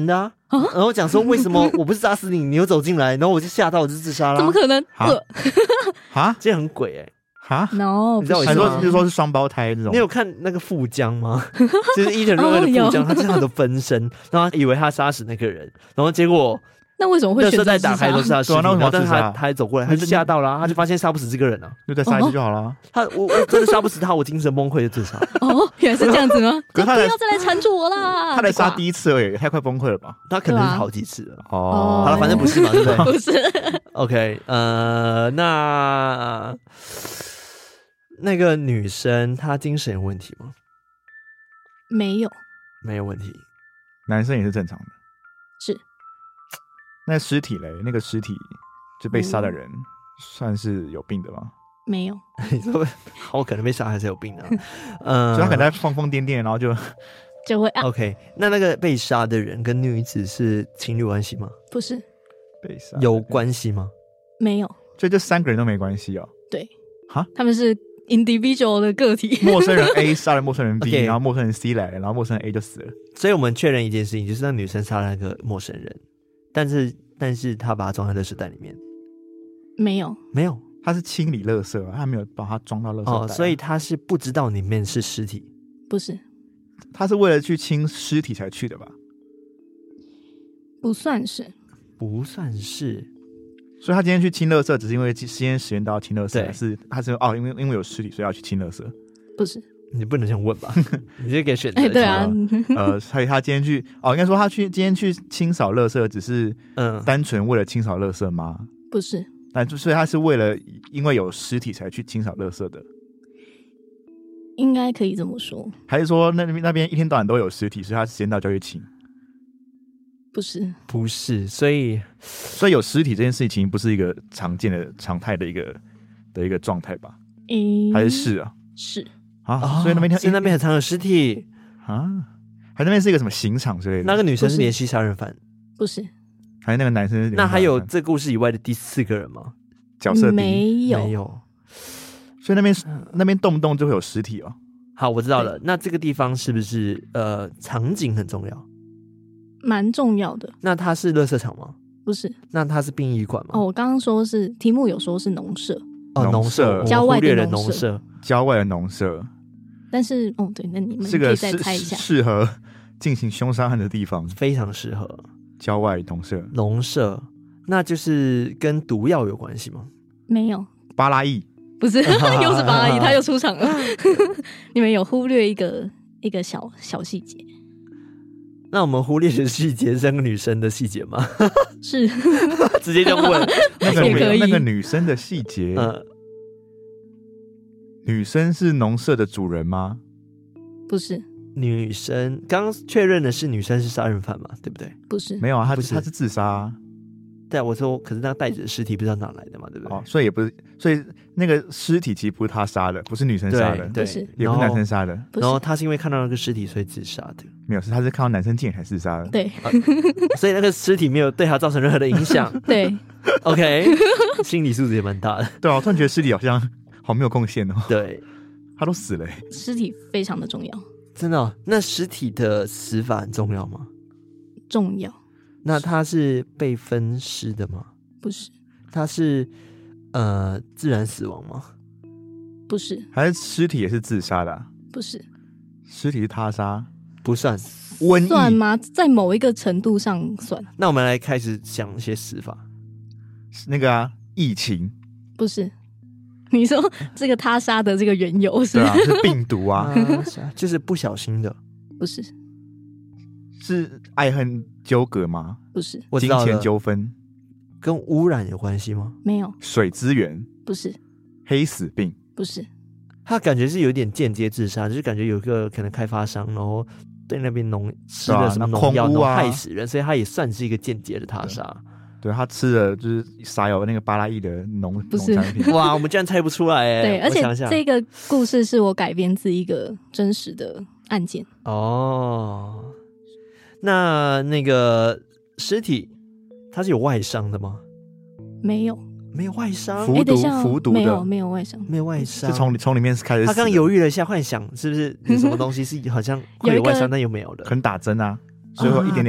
[SPEAKER 2] 然后讲说为什么我不是杀死你，你又走进来，然后我就吓到，我就自杀了。
[SPEAKER 3] 怎么可能？
[SPEAKER 4] 啊，
[SPEAKER 2] 这很鬼哎！
[SPEAKER 4] 哈
[SPEAKER 3] ，no，
[SPEAKER 2] 你知道我
[SPEAKER 4] 还说就说是双胞胎那种。
[SPEAKER 2] 你有看那个富江吗？就是伊藤润二的富江，他经常都分身，然后他以为他杀死那个人，然后结果
[SPEAKER 3] 那为什么会选择
[SPEAKER 2] 在打开都是他尸体？
[SPEAKER 4] 那为什么
[SPEAKER 2] 但是他他还走过来，他就吓到了，他就发现杀不死这个人啊，
[SPEAKER 4] 就再杀一次就好了。
[SPEAKER 2] 他我我真的杀不死他，我精神崩溃就自杀。
[SPEAKER 3] 哦，原来是这样子吗？
[SPEAKER 4] 可是他
[SPEAKER 3] 不要再来缠住我啦！
[SPEAKER 4] 他来杀第一次而已，太快崩溃了吧？
[SPEAKER 2] 他可能是好几次了。
[SPEAKER 4] 哦，
[SPEAKER 2] 好了，反正不是嘛，对不对？
[SPEAKER 3] 不是。
[SPEAKER 2] OK， 呃，那那个女生她精神有问题吗？
[SPEAKER 3] 没有，
[SPEAKER 2] 没有问题。
[SPEAKER 4] 男生也是正常的。
[SPEAKER 3] 是。
[SPEAKER 4] 那尸体嘞？那个尸体就被杀的人，算是有病的吗？
[SPEAKER 3] 没有。
[SPEAKER 2] 你说好可能被杀还是有病的、啊？嗯，
[SPEAKER 4] 所以他可能在疯疯癫癫，然后就
[SPEAKER 3] 就会啊。
[SPEAKER 2] OK， 那那个被杀的人跟女子是情侣关系吗？
[SPEAKER 3] 不是。
[SPEAKER 4] 被杀
[SPEAKER 2] 有关系吗？
[SPEAKER 3] 没有。
[SPEAKER 4] 所以这三个人都没关系哦。
[SPEAKER 3] 对。
[SPEAKER 4] 哈，
[SPEAKER 3] 他们是 individual 的个体。
[SPEAKER 4] 陌生人 A 杀了陌生人 B，
[SPEAKER 2] okay.
[SPEAKER 4] 然后陌生人 C 来了，然后陌生人 A 就死了。
[SPEAKER 2] 所以我们确认一件事情，就是那女生杀了那个陌生人。但是，但是他把它装在垃圾袋里面，
[SPEAKER 3] 没有，
[SPEAKER 2] 没有，
[SPEAKER 4] 他是清理垃圾，他没有把它装到垃圾袋、啊。
[SPEAKER 2] 哦，所以他是不知道里面是尸体，
[SPEAKER 3] 不是，
[SPEAKER 4] 他是为了去清尸体才去的吧？
[SPEAKER 3] 不算是，
[SPEAKER 2] 不算是。
[SPEAKER 4] 所以他今天去清垃圾，只是因为今天实验到要清垃圾，是他是哦，因为因为有尸体，所以要去清垃圾。
[SPEAKER 3] 不是。
[SPEAKER 2] 你不能这样问吧？你就可以选择。
[SPEAKER 3] 哎，对啊，
[SPEAKER 4] 呃，所以他今天去哦，应该说他去今天去清扫垃圾，只是嗯，单纯为了清扫垃圾吗？
[SPEAKER 3] 不是，
[SPEAKER 4] 但所以他是为了因为有尸体才去清扫垃圾的，
[SPEAKER 3] 应该可以这么说。
[SPEAKER 4] 还是说那那边一天到晚都有尸体，所以他时间到就去清？
[SPEAKER 3] 不是，
[SPEAKER 2] 不是，所以
[SPEAKER 4] 所以有尸体这件事情不是一个常见的常态的一个的一个状态吧？
[SPEAKER 3] 嗯，
[SPEAKER 4] 还是是啊？
[SPEAKER 3] 是。
[SPEAKER 4] 啊、哦，所以那边
[SPEAKER 2] 是那边很常有尸体
[SPEAKER 4] 啊，还那边是一个什么刑场之类的？
[SPEAKER 2] 那个女生是连续杀人犯，
[SPEAKER 3] 不是？
[SPEAKER 4] 还是那个男生是？
[SPEAKER 2] 那还有这故事以外的第四个人吗？
[SPEAKER 4] 角色
[SPEAKER 3] 没有，
[SPEAKER 2] 没有。
[SPEAKER 4] 所以那边那边动不动就会有尸体哦。
[SPEAKER 2] 好，我知道了。那这个地方是不是呃场景很重要？
[SPEAKER 3] 蛮重要的。
[SPEAKER 2] 那它是垃圾场吗？
[SPEAKER 3] 不是。
[SPEAKER 2] 那它是殡仪馆吗？
[SPEAKER 3] 哦，我刚刚说是题目有说是农舍。
[SPEAKER 2] 哦，农舍，
[SPEAKER 3] 郊外的
[SPEAKER 2] 农舍，
[SPEAKER 4] 郊外的农舍。
[SPEAKER 3] 但是，哦，对，那你们可以再猜一下，
[SPEAKER 4] 适合进行凶杀案的地方，
[SPEAKER 2] 非常适合。
[SPEAKER 4] 郊外农舍，
[SPEAKER 2] 农舍，那就是跟毒药有关系吗？
[SPEAKER 3] 没有。
[SPEAKER 4] 巴拉义
[SPEAKER 3] 不是，又是巴拉义，他又出场了。你们有忽略一个一个小小细节。
[SPEAKER 2] 那我们忽略的细节是那个女生的细节吗？
[SPEAKER 3] 是，
[SPEAKER 2] 直接就问
[SPEAKER 4] 那个女那个女生的细节。嗯。女生是农舍的主人吗？
[SPEAKER 3] 不是，
[SPEAKER 2] 女生刚刚确认的是女生是杀人犯嘛？对不对？
[SPEAKER 3] 不是，
[SPEAKER 4] 没有啊，她她是自杀、啊。
[SPEAKER 2] 对啊，我说，可是那个袋子的尸体不知道哪来的嘛？对不对？
[SPEAKER 4] 哦，所以也不是，所以那个尸体其实不是他杀的，不是女生杀的，
[SPEAKER 3] 对，是
[SPEAKER 4] 也不是男生杀的。
[SPEAKER 2] 然后他是因为看到那个尸体所以自杀的，
[SPEAKER 4] 没有，是他是看到男生进来才自杀的。
[SPEAKER 3] 对、
[SPEAKER 2] 啊，所以那个尸体没有对他造成任何的影响。
[SPEAKER 3] 对
[SPEAKER 2] ，OK， 心理素质也蛮大的。
[SPEAKER 4] 对啊，我突然觉得尸体好像好没有贡献哦。
[SPEAKER 2] 对。
[SPEAKER 4] 他都死了、欸，
[SPEAKER 3] 尸体非常的重要，
[SPEAKER 2] 真的、哦？那尸体的死法很重要吗？
[SPEAKER 3] 重要。
[SPEAKER 2] 那他是被分尸的吗？
[SPEAKER 3] 不是。
[SPEAKER 2] 他是呃自然死亡吗？
[SPEAKER 3] 不是。
[SPEAKER 4] 还是尸体也是自杀的、啊？
[SPEAKER 3] 不是。
[SPEAKER 4] 尸体是他杀，
[SPEAKER 2] 不算。
[SPEAKER 4] 瘟疫
[SPEAKER 3] 算吗？在某一个程度上算。
[SPEAKER 2] 那我们来开始想一些死法。
[SPEAKER 4] 那个啊，疫情
[SPEAKER 3] 不是。你说这个他杀的这个缘由是？
[SPEAKER 4] 对啊，是病毒啊，
[SPEAKER 2] 就是不小心的，
[SPEAKER 3] 不是？
[SPEAKER 4] 是爱恨纠葛吗？
[SPEAKER 3] 不是，
[SPEAKER 4] 金钱纠纷，
[SPEAKER 2] 跟污染有关系吗？
[SPEAKER 3] 没有。
[SPEAKER 4] 水资源？
[SPEAKER 3] 不是。
[SPEAKER 4] 黑死病？
[SPEAKER 3] 不是。
[SPEAKER 2] 他感觉是有点间接自杀，就是感觉有一个可能开发商，然后对那边农吃了什么农药，然后害死人，所以他也算是一个间接的他杀。
[SPEAKER 4] 对，他吃了就是撒有那个巴拉意的农农产品。
[SPEAKER 2] 哇，我们居然猜不出来哎！
[SPEAKER 3] 对，而且
[SPEAKER 2] 想想
[SPEAKER 3] 这个故事是我改编自一个真实的案件。
[SPEAKER 2] 哦，那那个尸体它是有外伤的吗？
[SPEAKER 3] 没有，
[SPEAKER 2] 没有外伤。
[SPEAKER 4] 服毒服毒的
[SPEAKER 3] 没有没有外伤，
[SPEAKER 2] 没有外伤。
[SPEAKER 4] 是从从里面开始死。
[SPEAKER 2] 他刚犹豫了一下，幻想是不是有什么东西是好像会有外伤，但又没有的？
[SPEAKER 4] 可能打针啊，所以会有一点点孔。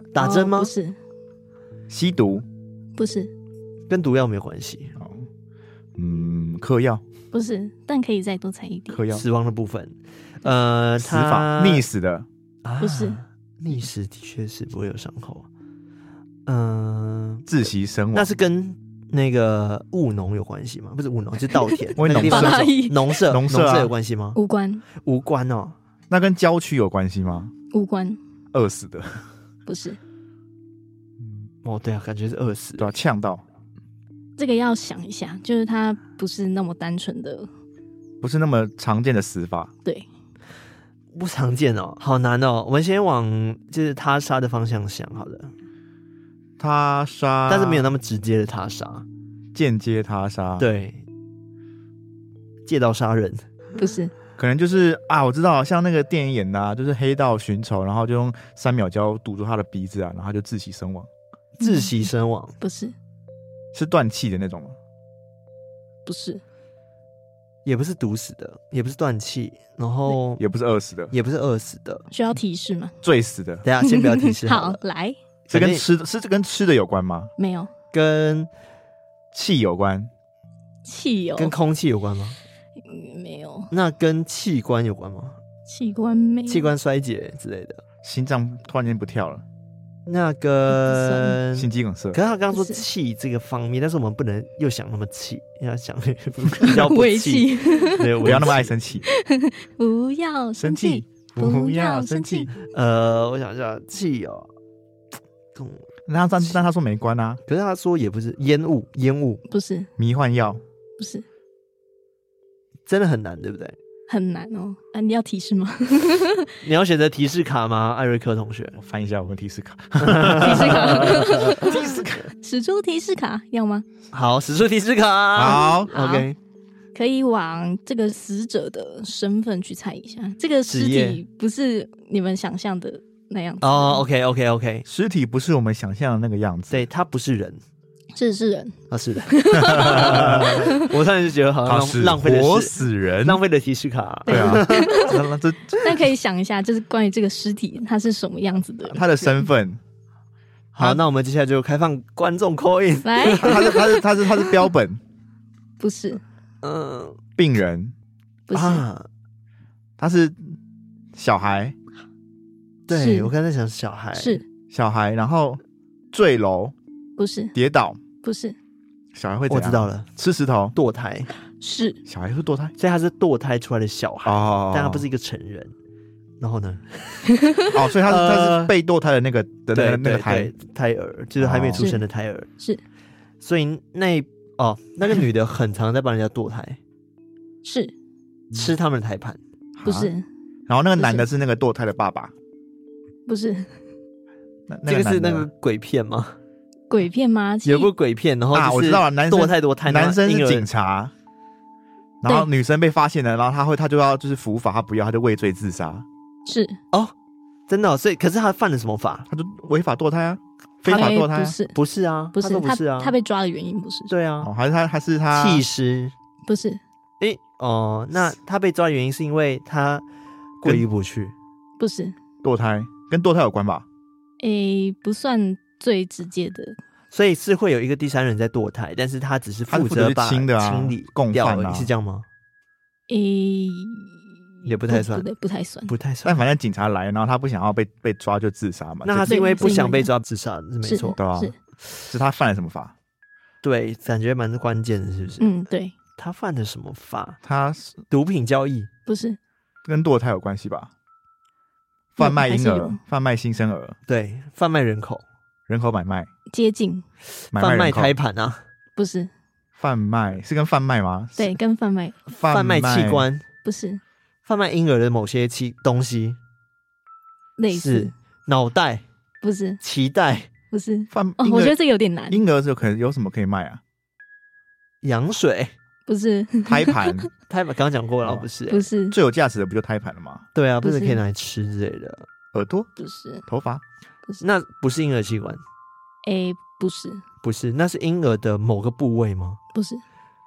[SPEAKER 2] 打针吗？
[SPEAKER 3] 哦、不是。
[SPEAKER 4] 吸毒？
[SPEAKER 3] 不是。
[SPEAKER 2] 跟毒药没有关系。
[SPEAKER 4] 哦，嗯，嗑药？
[SPEAKER 3] 不是，但可以再多猜一点。
[SPEAKER 4] 嗑药？
[SPEAKER 2] 死亡的部分，呃，
[SPEAKER 4] 死法溺死的？
[SPEAKER 2] 啊、
[SPEAKER 3] 不是，
[SPEAKER 2] 溺死的确是不会有伤口。嗯、呃，
[SPEAKER 4] 窒息身亡？
[SPEAKER 2] 那是跟那个务农有关系吗？不是务农，是稻田。
[SPEAKER 4] 农
[SPEAKER 2] 农舍，农舍，
[SPEAKER 4] 农舍、啊、
[SPEAKER 2] 有关系吗？
[SPEAKER 3] 无关，
[SPEAKER 2] 无关哦。
[SPEAKER 4] 那跟郊区有关系吗？
[SPEAKER 3] 无关。
[SPEAKER 4] 饿死的？
[SPEAKER 3] 不是。
[SPEAKER 2] 哦，对啊，感觉是饿死，
[SPEAKER 4] 对啊，呛到。
[SPEAKER 3] 这个要想一下，就是它不是那么单纯的，
[SPEAKER 4] 不是那么常见的死法。
[SPEAKER 3] 对，
[SPEAKER 2] 不常见哦，好难哦。我们先往就是他杀的方向想好了。
[SPEAKER 4] 他杀，
[SPEAKER 2] 但是没有那么直接的他杀，
[SPEAKER 4] 间接他杀。
[SPEAKER 2] 对，借刀杀人
[SPEAKER 3] 不是。
[SPEAKER 4] 可能就是啊，我知道，像那个电影演的、啊，就是黑道寻仇，然后就用三秒胶堵住他的鼻子啊，然后就窒息身亡。
[SPEAKER 2] 窒息身亡、
[SPEAKER 3] 嗯、不是，
[SPEAKER 4] 是断气的那种吗？
[SPEAKER 3] 不是，
[SPEAKER 2] 也不是毒死的，也不是断气，然后
[SPEAKER 4] 也不是饿死的，
[SPEAKER 2] 也不是饿死的。
[SPEAKER 3] 需要提示吗？
[SPEAKER 4] 醉死的。
[SPEAKER 2] 等一下先不要提示好。
[SPEAKER 3] 好，来，
[SPEAKER 4] 是跟吃是跟吃的有关吗？
[SPEAKER 3] 没有。
[SPEAKER 2] 跟
[SPEAKER 4] 气有关？
[SPEAKER 3] 气有。
[SPEAKER 2] 跟空气有关吗？
[SPEAKER 3] 嗯、没有。
[SPEAKER 2] 那跟器官有关吗？
[SPEAKER 3] 器官没有。
[SPEAKER 2] 器官衰竭之类的。
[SPEAKER 4] 心脏突然间不跳了。
[SPEAKER 2] 那跟
[SPEAKER 4] 心肌梗塞。
[SPEAKER 2] 可是他刚刚说气这个方面，但是我们不能又想那么气，要想比较不气，对，
[SPEAKER 4] 不要那么爱生气，
[SPEAKER 3] 不要生气，不要生气。
[SPEAKER 2] 呃，我想一下，气哦，
[SPEAKER 4] 嗯，那但但他说没关啊，
[SPEAKER 2] 可是他说也不是烟雾，烟雾
[SPEAKER 3] 不是
[SPEAKER 4] 迷幻药，
[SPEAKER 3] 不是，
[SPEAKER 2] 真的很难，对不对？
[SPEAKER 3] 很难哦，啊，你要提示吗？
[SPEAKER 2] 你要选择提示卡吗，艾瑞克同学？
[SPEAKER 4] 我翻一下我们提示卡。
[SPEAKER 3] 提示卡，
[SPEAKER 2] 提示卡，
[SPEAKER 3] 使出提示卡要吗？
[SPEAKER 2] 好，使出提示卡。
[SPEAKER 4] 好
[SPEAKER 2] ，OK，
[SPEAKER 3] 可以往这个死者的身份去猜一下，这个尸体不是你们想象的那样子。
[SPEAKER 2] 哦 ，OK，OK，OK，
[SPEAKER 4] 尸体不是我们想象的那个样子，
[SPEAKER 2] 对，他不是人。
[SPEAKER 3] 是是人
[SPEAKER 2] 啊，是的。我突然就觉得好像浪费了
[SPEAKER 4] 活死人，
[SPEAKER 2] 浪费了提示卡。
[SPEAKER 4] 对啊，
[SPEAKER 3] 但可以想一下，就是关于这个尸体，他是什么样子的人，
[SPEAKER 4] 他的身份。
[SPEAKER 2] 好，那我们接下来就开放观众 call in。
[SPEAKER 3] 来，
[SPEAKER 4] 他是他是他是他是标本，
[SPEAKER 3] 不是，
[SPEAKER 2] 嗯，
[SPEAKER 4] 病人，
[SPEAKER 3] 不是，
[SPEAKER 2] 啊、
[SPEAKER 4] 他是小孩。
[SPEAKER 2] 对，我刚才想小孩
[SPEAKER 3] 是
[SPEAKER 4] 小孩，然后坠楼，
[SPEAKER 3] 不是，
[SPEAKER 4] 跌倒。
[SPEAKER 3] 不是，
[SPEAKER 4] 小孩会怎样？
[SPEAKER 2] 我知道了，
[SPEAKER 4] 吃石头，
[SPEAKER 2] 堕胎。
[SPEAKER 3] 是
[SPEAKER 4] 小孩会堕胎，
[SPEAKER 2] 所以他是堕胎出来的小孩，
[SPEAKER 4] 哦、
[SPEAKER 2] 但他不是一个成人。然后呢？
[SPEAKER 4] 哦，所以他是、呃、他是被堕胎的那个的那个那个胎
[SPEAKER 2] 胎儿，就是还没出生的胎儿。
[SPEAKER 3] 是，
[SPEAKER 2] 所以那哦，那个女的很常在帮人家堕胎，
[SPEAKER 3] 是
[SPEAKER 2] 吃他们的胎盘，
[SPEAKER 3] 不是？
[SPEAKER 4] 然后那个男的是那个堕胎的爸爸，
[SPEAKER 3] 不是？
[SPEAKER 4] 那那个
[SPEAKER 2] 这个是那个鬼片吗？
[SPEAKER 3] 鬼片吗？
[SPEAKER 2] 有部鬼片，然后
[SPEAKER 4] 啊，我知道了，男生
[SPEAKER 2] 堕太多胎，
[SPEAKER 4] 男生是警察，然后女生被发现了，然后他会他就要就是伏法，他不要，他就畏罪自杀。
[SPEAKER 3] 是
[SPEAKER 2] 哦，真的、哦，所以可是他犯了什么法？
[SPEAKER 4] 他就违法堕胎啊，非法堕胎、啊
[SPEAKER 3] 欸、不是
[SPEAKER 2] 不是啊，
[SPEAKER 3] 不是
[SPEAKER 2] 他不是啊，
[SPEAKER 3] 他, 他被抓的原因不是？
[SPEAKER 2] 对啊，
[SPEAKER 4] 哦、还是他还是他
[SPEAKER 2] 弃尸？
[SPEAKER 3] 不是？
[SPEAKER 2] 哎、欸、哦，那他被抓的原因是因为他过意不去？
[SPEAKER 3] 不是，
[SPEAKER 4] 堕胎跟堕胎有关吧？
[SPEAKER 3] 哎、欸，不算最直接的。
[SPEAKER 2] 所以是会有一个第三人在堕胎，但是他只是负责把
[SPEAKER 4] 清的、
[SPEAKER 2] 啊、清理
[SPEAKER 4] 共犯啊，
[SPEAKER 2] 是这样吗？
[SPEAKER 3] 诶、欸，
[SPEAKER 2] 也不太算，
[SPEAKER 3] 不对，不太算，
[SPEAKER 2] 不太算。
[SPEAKER 4] 但反正警察来，然后他不想要被被抓就自杀嘛。
[SPEAKER 2] 那他是因为不想被抓自杀，是没错，
[SPEAKER 4] 对啊。
[SPEAKER 3] 是，
[SPEAKER 4] 是他犯了什么法？
[SPEAKER 2] 对，感觉蛮关键的，是不是？
[SPEAKER 3] 嗯，对。
[SPEAKER 2] 他犯了什么法？
[SPEAKER 4] 他
[SPEAKER 2] 毒品交易
[SPEAKER 3] 不是，
[SPEAKER 4] 跟堕胎有关系吧？贩卖婴儿，贩卖新生儿，
[SPEAKER 2] 对，贩卖人口。
[SPEAKER 4] 人口买卖，
[SPEAKER 3] 接近
[SPEAKER 2] 贩卖胎盘啊？
[SPEAKER 3] 不是，
[SPEAKER 4] 贩卖是跟贩卖吗？
[SPEAKER 3] 对，跟贩卖。
[SPEAKER 2] 贩卖器官
[SPEAKER 3] 不是，
[SPEAKER 2] 贩卖婴儿的某些器东西，
[SPEAKER 3] 类似
[SPEAKER 2] 脑袋
[SPEAKER 3] 不是，
[SPEAKER 2] 脐带
[SPEAKER 3] 不是，
[SPEAKER 4] 贩、
[SPEAKER 3] 哦，我觉得这个有点难。
[SPEAKER 4] 婴儿有可能有什么可以卖啊？
[SPEAKER 2] 羊水
[SPEAKER 3] 不是，
[SPEAKER 4] 胎盘
[SPEAKER 2] 胎盘刚刚讲过了，哦、不是、欸，
[SPEAKER 3] 不是
[SPEAKER 4] 最有价值的不就胎盘了吗？
[SPEAKER 2] 对啊，不是可以拿来吃之类的。
[SPEAKER 4] 耳朵
[SPEAKER 3] 不是，
[SPEAKER 4] 头发
[SPEAKER 3] 不是，
[SPEAKER 2] 那不是婴儿器官。
[SPEAKER 3] 诶、欸，不是，
[SPEAKER 2] 不是，那是婴儿的某个部位吗？
[SPEAKER 3] 不是，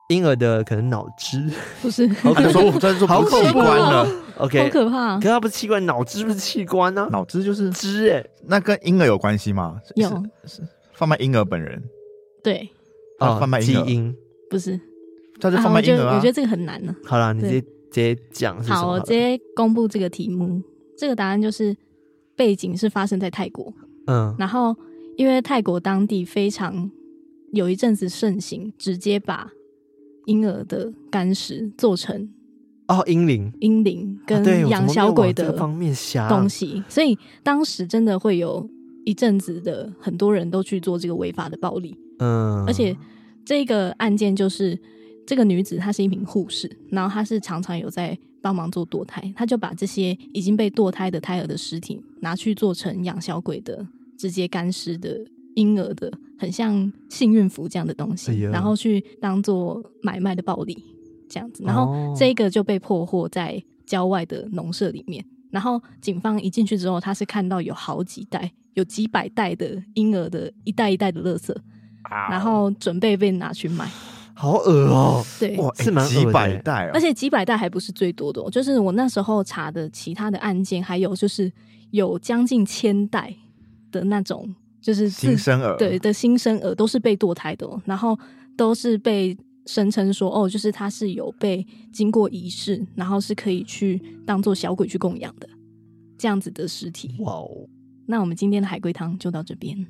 [SPEAKER 2] 婴儿的可能脑汁，
[SPEAKER 3] 不是，
[SPEAKER 4] 好可说，这说不是器官了
[SPEAKER 2] ，OK，
[SPEAKER 3] 好可怕。
[SPEAKER 2] 可是它不是器官，脑汁不是器官呢、啊？
[SPEAKER 4] 脑汁就是
[SPEAKER 2] 汁哎、欸，
[SPEAKER 4] 那跟婴儿有关系吗？
[SPEAKER 3] 有，
[SPEAKER 4] 是是贩卖婴儿本人，
[SPEAKER 3] 对，
[SPEAKER 2] 啊、
[SPEAKER 4] 贩卖
[SPEAKER 2] 基因
[SPEAKER 3] 不是，
[SPEAKER 4] 他是贩卖婴儿啊。
[SPEAKER 3] 啊我, 我觉得这个很难呢。
[SPEAKER 2] 好啦，你直接直接讲是什么好？
[SPEAKER 3] 好，我直接公布这个题目。这个答案就是背景是发生在泰国，嗯，然后因为泰国当地非常有一阵子盛行，直接把婴儿的干尸做成
[SPEAKER 2] 哦婴灵、
[SPEAKER 3] 婴灵跟养小鬼的
[SPEAKER 2] 方面
[SPEAKER 3] 东西，所以当时真的会有一阵子的很多人都去做这个违法的暴力，嗯，而且这个案件就是这个女子她是一名护士，然后她是常常有在帮忙做堕胎，她就把这些已经被堕胎的胎儿的尸体拿去做成养小鬼的直接干尸的婴儿的很像幸运符这样的东西、哎、然后去当做买卖的暴利这样子，然后这个就被破获在郊外的农舍里面，然后警方一进去之后，他是看到有好几袋有几百袋的婴儿的一袋一袋的垃圾、哦、然后准备被拿去卖，
[SPEAKER 2] 好恶哦！
[SPEAKER 3] 对，
[SPEAKER 2] 是蛮恶的，
[SPEAKER 4] 几百袋、哦，
[SPEAKER 3] 而且几百袋还不是最多的、哦，就是我那时候查的其他的案件，还有就是有将近千袋的那种，就是
[SPEAKER 4] 新生儿，
[SPEAKER 3] 对的新生儿都是被堕胎的、哦，然后都是被声称说哦，就是他是有被经过仪式，然后是可以去当做小鬼去供养的这样子的尸体。哇哦！那我们今天的海龟汤就到这边。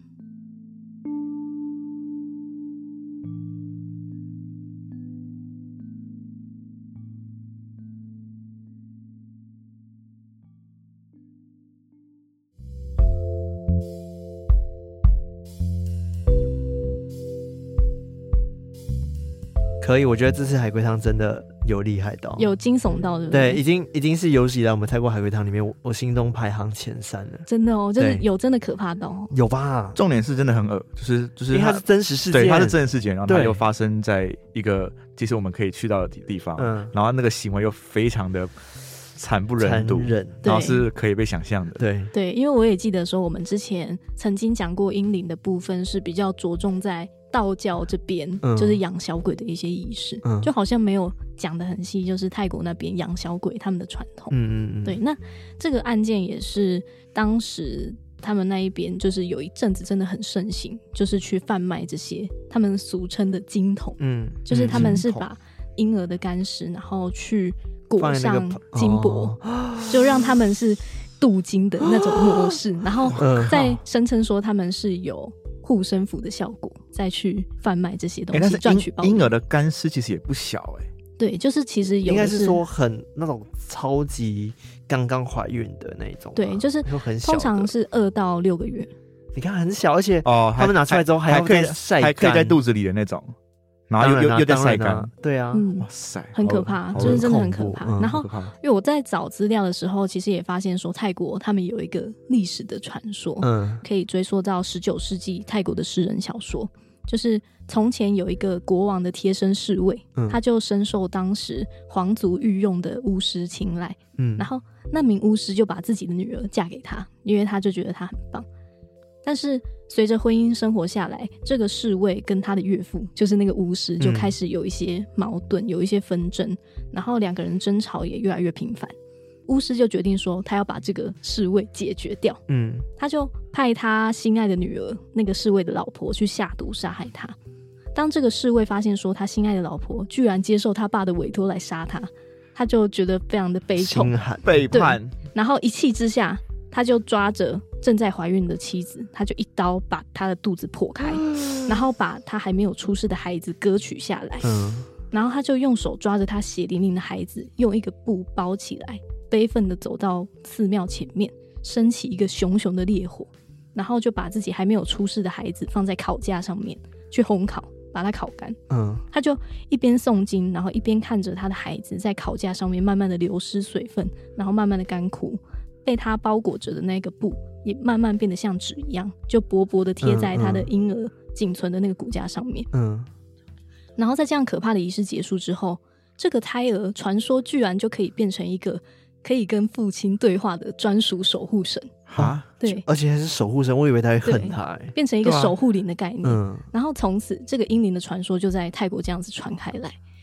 [SPEAKER 2] 可以，我觉得这次海龟汤真的有厉害到，
[SPEAKER 3] 有惊悚到，对不对？
[SPEAKER 2] 对，已经已经是有史以来我们泰国海龟汤里面我，我心中排行前三了。
[SPEAKER 3] 真的哦，就是有真的可怕到，
[SPEAKER 2] 有吧？
[SPEAKER 4] 重点是真的很恶，就是就是
[SPEAKER 2] 因为它是真实事件，
[SPEAKER 4] 对，它是真实事件，然后它又发生在一个其实我们可以去到的地方，嗯，然后那个行为又非常的惨不忍睹，然后是可以被想象的。
[SPEAKER 3] 对对，因为我也记得说，我们之前曾经讲过婴灵的部分是比较着重在道教这边、嗯、就是养小鬼的一些仪式、嗯、就好像没有讲得很细，就是泰国那边养小鬼他们的传统。嗯嗯嗯，对，那这个案件也是当时他们那一边就是有一阵子真的很盛行，就是去贩卖这些他们俗称的金童，嗯，就是他们是把婴儿的干尸然后去裹上金箔、哦、就让他们是镀金的那种模式、哦、然后再声称说他们是有护身符的效果，再去贩卖这些东西赚取暴利。
[SPEAKER 4] 婴儿的干尸其实也不小哎、欸，
[SPEAKER 3] 对，就是其实有的
[SPEAKER 2] 应该是说很那种超级刚刚怀孕的那种，
[SPEAKER 3] 对，就是
[SPEAKER 2] 很小，
[SPEAKER 3] 通常是二到六个月。
[SPEAKER 2] 你看很小，而且哦，他们拿出来之后还要再晒干，
[SPEAKER 4] 还可以在肚子里的那种。然后又又又在晒干，
[SPEAKER 2] 对啊，
[SPEAKER 3] 嗯，
[SPEAKER 4] 哇塞，
[SPEAKER 3] 很可怕，就是真的很可怕。嗯、然后，因为我在找资料的时候，其实也发现说，泰国他们有一个历史的传说，嗯，可以追溯到十九世纪泰国的诗人小说，就是从前有一个国王的贴身侍卫，嗯、他就深受当时皇族御用的巫师青睐，嗯，然后那名巫师就把自己的女儿嫁给他，因为他就觉得他很棒。但是随着婚姻生活下来，这个侍卫跟他的岳父就是那个巫师就开始有一些矛盾、嗯、有一些纷争，然后两个人争吵也越来越频繁。巫师就决定说他要把这个侍卫解决掉，嗯，他就派他心爱的女儿那个侍卫的老婆去下毒杀害他。当这个侍卫发现说他心爱的老婆居然接受他爸的委托来杀他，他就觉得非常的悲痛，
[SPEAKER 4] 背叛，
[SPEAKER 3] 然后一气之下他就抓着正在怀孕的妻子，他就一刀把她的肚子破开，然后把她还没有出世的孩子割取下来，嗯，然后他就用手抓着他血淋淋的孩子，用一个布包起来，悲愤的走到寺庙前面，升起一个熊熊的烈火，然后就把自己还没有出世的孩子放在烤架上面去烘烤，把它烤干。嗯，他就一边诵经，然后一边看着他的孩子在烤架上面慢慢的流失水分，然后慢慢的干枯，被他包裹着的那个布也慢慢变得像纸一样，就薄薄的贴在他的婴儿仅存的那个骨架上面。嗯，然后在这样可怕的仪式结束之后，这个胎儿传说居然就可以变成一个可以跟父亲对话的专属守护神
[SPEAKER 2] 啊！对，而且还是守护神，我以为他会恨他、欸，
[SPEAKER 3] 变成一个守护灵的概念。嗯，然后从此这个婴灵的传说就在泰国这样子传开来。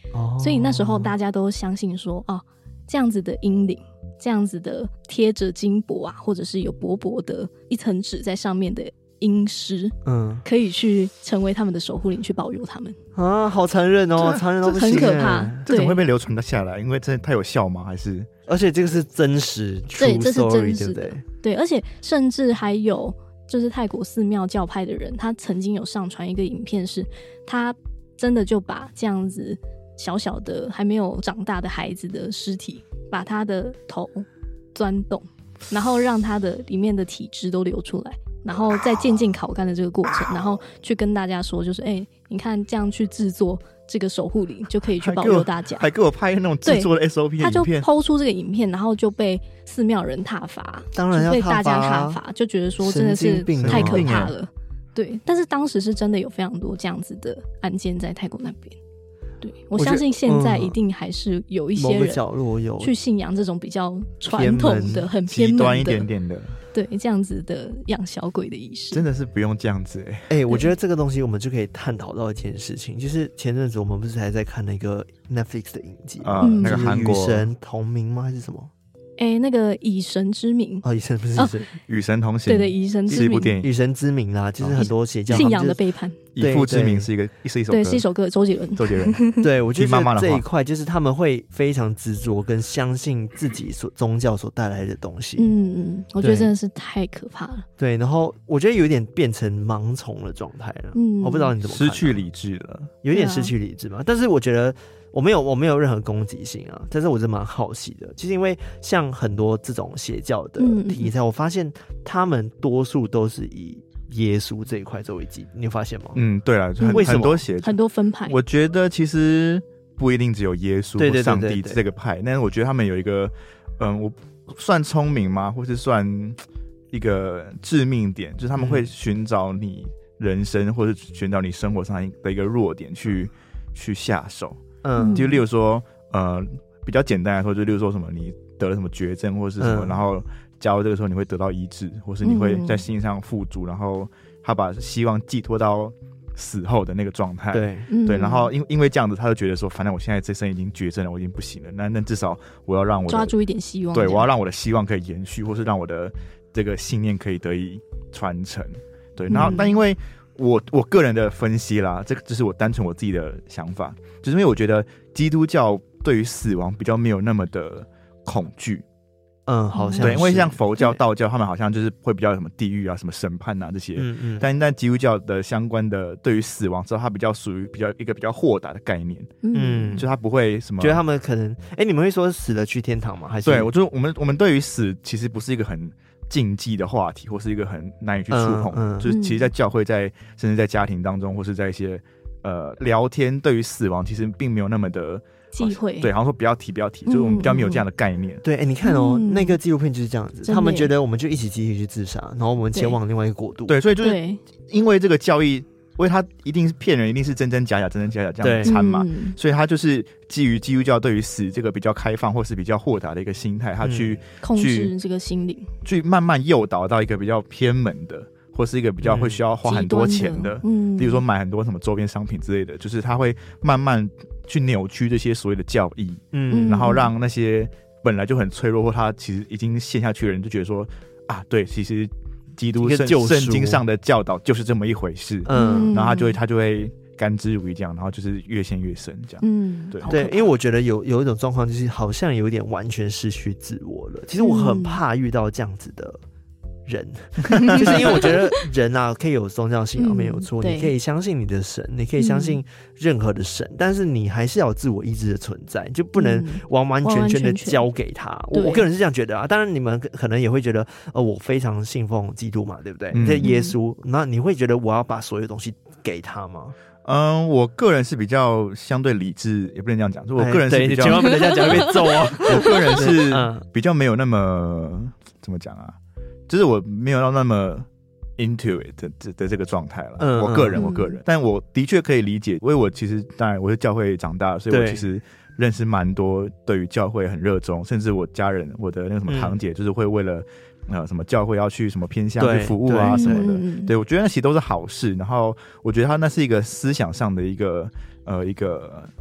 [SPEAKER 3] 哦，所以那时候大家都相信说，哦，这样子的阴灵，这样子的贴着金箔啊，或者是有薄薄的一层纸在上面的阴尸，嗯，可以去成为他们的守护灵，去保佑他们
[SPEAKER 2] 啊，好残忍哦，残忍到不行，
[SPEAKER 3] 很可怕。
[SPEAKER 4] 这怎么会被流传下来？因为真的太有效吗？还是？
[SPEAKER 2] 而且这个是真实，
[SPEAKER 3] 对，这是真实的，
[SPEAKER 2] 对, 对,
[SPEAKER 3] 对，而且甚至还有就是泰国寺庙教派的人，他曾经有上传一个影片，是他真的就把这样子小小的还没有长大的孩子的尸体，把他的头钻洞，然后让他的里面的体汁都流出来，然后再渐渐烤干的这个过程，然后去跟大家说，就是哎、欸，你看这样去制作这个守护灵就可以去保佑大家，
[SPEAKER 4] 还给我拍那种制作的 S O P 的影片，
[SPEAKER 3] 他就抛出这个影片，然后就被寺庙人挞伐，
[SPEAKER 2] 当然要
[SPEAKER 3] 被大家挞伐，就觉得说真的是太可怕了。对，但是当时是真的有非常多这样子的案件在泰国那边。对，我相信现在一定还是有一些人
[SPEAKER 2] 角落有
[SPEAKER 3] 去信仰这种比较传统的、很偏门的、
[SPEAKER 4] 极端一点点的，
[SPEAKER 3] 对，这样子的养小鬼的仪式，
[SPEAKER 4] 真的是不用这样子哎、欸。
[SPEAKER 2] 哎、欸，我觉得这个东西我们就可以探讨到一件事情，就是前阵子我们不是还在看那个 Netflix 的影集
[SPEAKER 4] 啊、呃，那个韩国
[SPEAKER 2] 与神同名吗？还是什么？
[SPEAKER 3] 哎、欸，那个以神之名
[SPEAKER 2] 哦，以神不是
[SPEAKER 3] 哦，
[SPEAKER 4] 与神同行，
[SPEAKER 3] 对对，以神之名
[SPEAKER 4] 是一部电影，
[SPEAKER 2] 与神之名啦，就是很多邪教
[SPEAKER 3] 信仰的背叛，
[SPEAKER 4] 以父之名是一个是一首歌，
[SPEAKER 3] 对，是一首歌，周杰伦，
[SPEAKER 4] 周杰伦，
[SPEAKER 2] 对，我觉得这一块就是他们会非常执着跟相信自己所宗教所带来的东西，
[SPEAKER 3] 嗯嗯，我觉得真的是太可怕了，
[SPEAKER 2] 对，然后我觉得有点变成盲从的状态了，嗯，我不知道你怎么看，
[SPEAKER 4] 失去理智了，
[SPEAKER 2] 有点失去理智嘛，但是我觉得。我没有，我没有任何攻击性啊，但是我是蛮好奇的。其实因为像很多这种邪教的题材，嗯嗯，我发现他们多数都是以耶稣这一块作为基，你有发现吗？
[SPEAKER 4] 嗯，对了，很很多邪
[SPEAKER 3] 很多分派。
[SPEAKER 4] 我觉得其实不一定只有耶稣或上帝这个派，但是我觉得他们有一个，嗯，我算聪明吗？或是算一个致命点，就是他们会寻找你人生，嗯，或是寻找你生活上的一个弱点去去下手。嗯，就例如说，呃，比较简单来说，就例如说什么你得了什么绝症或是什么，嗯，然后假如这个时候你会得到医治，或是你会在心上富足，嗯，然后他把希望寄托到死后的那个状态，
[SPEAKER 2] 对
[SPEAKER 4] 对，然后因因为这样子，他就觉得说，反正我现在这身已经绝症了，我已经不行了，那那至少我要让我
[SPEAKER 3] 抓住一点希望，
[SPEAKER 4] 对，我要让我的希望可以延续，或是让我的这个信念可以得以传承，对，然后，嗯，但因为。我我个人的分析啦，这个只是我单纯我自己的想法，就是因为我觉得基督教对于死亡比较没有那么的恐惧，
[SPEAKER 2] 嗯，好像
[SPEAKER 4] 对，因为像佛教、道教，他们好像就是会比较有什么地狱啊、什么审判啊这些，嗯嗯，但但基督教的相关的对于死亡之后，它比较属于比较一个比较豁达的概念，嗯，就它不会什么，
[SPEAKER 2] 觉得他们可能，哎、欸，你们会说死了去天堂吗？还是？
[SPEAKER 4] 对，我就我们我们对于死其实不是一个很。禁忌的话题，或是一个很难以去触碰，嗯嗯，就是其实，在教会在，在甚至在家庭当中，或是在一些呃聊天，对于死亡其实并没有那么的
[SPEAKER 3] 忌讳，
[SPEAKER 4] 对，好像说不要提，不要提，嗯，就是我们比较没有这样的概念。
[SPEAKER 2] 对，哎、欸，你看哦，嗯，那个纪录片就是这样子，他们觉得我们就一起集体去自杀，然后我们前往另外一个国度。
[SPEAKER 4] 对，所以就是因为这个教义。因为他一定是骗人，一定是真真假假，真真假假这样掺嘛，嗯，所以他就是基于基督教对于死这个比较开放或是比较豁达的一个心态，他去，嗯，
[SPEAKER 3] 控制这个心灵，
[SPEAKER 4] 去慢慢诱导到一个比较偏门的，或是一个比较会需要花很多钱的，嗯，例如说买很多什么周边商品之类的，就是他会慢慢去扭曲这些所谓的教义，嗯，然后让那些本来就很脆弱或他其实已经陷下去的人就觉得说啊，对，其实。基督圣圣经上的教导就是这么一回事，嗯，然后他就会他就会甘之如饴这样，然后就是越陷越深这样，嗯，对
[SPEAKER 2] 对，因为我觉得有有一种状况就是好像有点完全失去自我了。其实我很怕遇到这样子的人，嗯，就是因为我觉得人啊可以有宗教信仰，嗯，没有错，你可以相信你的神，你可以相信任何的神，嗯，但是你还是要有自我意志的存在，就不能完完全全的交给他。嗯，我我个人是这样觉得啊，当然你们可能也会觉得，呃，我非常信奉基督嘛，对不对？嗯，这耶稣，那你会觉得我要把所有东西给他吗？
[SPEAKER 4] 嗯，我个人是比较相对理智，也不能这样讲，就我个人是比较，
[SPEAKER 2] 千万不能这样讲会被揍哦。
[SPEAKER 4] 我个人是比较没有那么怎么讲啊？就是我没有到那么 into it 的, 的, 的这个状态了，嗯，我个人，我个人，但我的确可以理解，因为我其实当然我是教会长大的，所以我其实认识蛮多对于教会很热衷，甚至我家人，我的那个什么堂姐，就是会为了、嗯、呃什么教会要去什么偏向去服务啊什么的，对，对我觉得那其实都是好事。然后我觉得他那是一个思想上的一个呃一个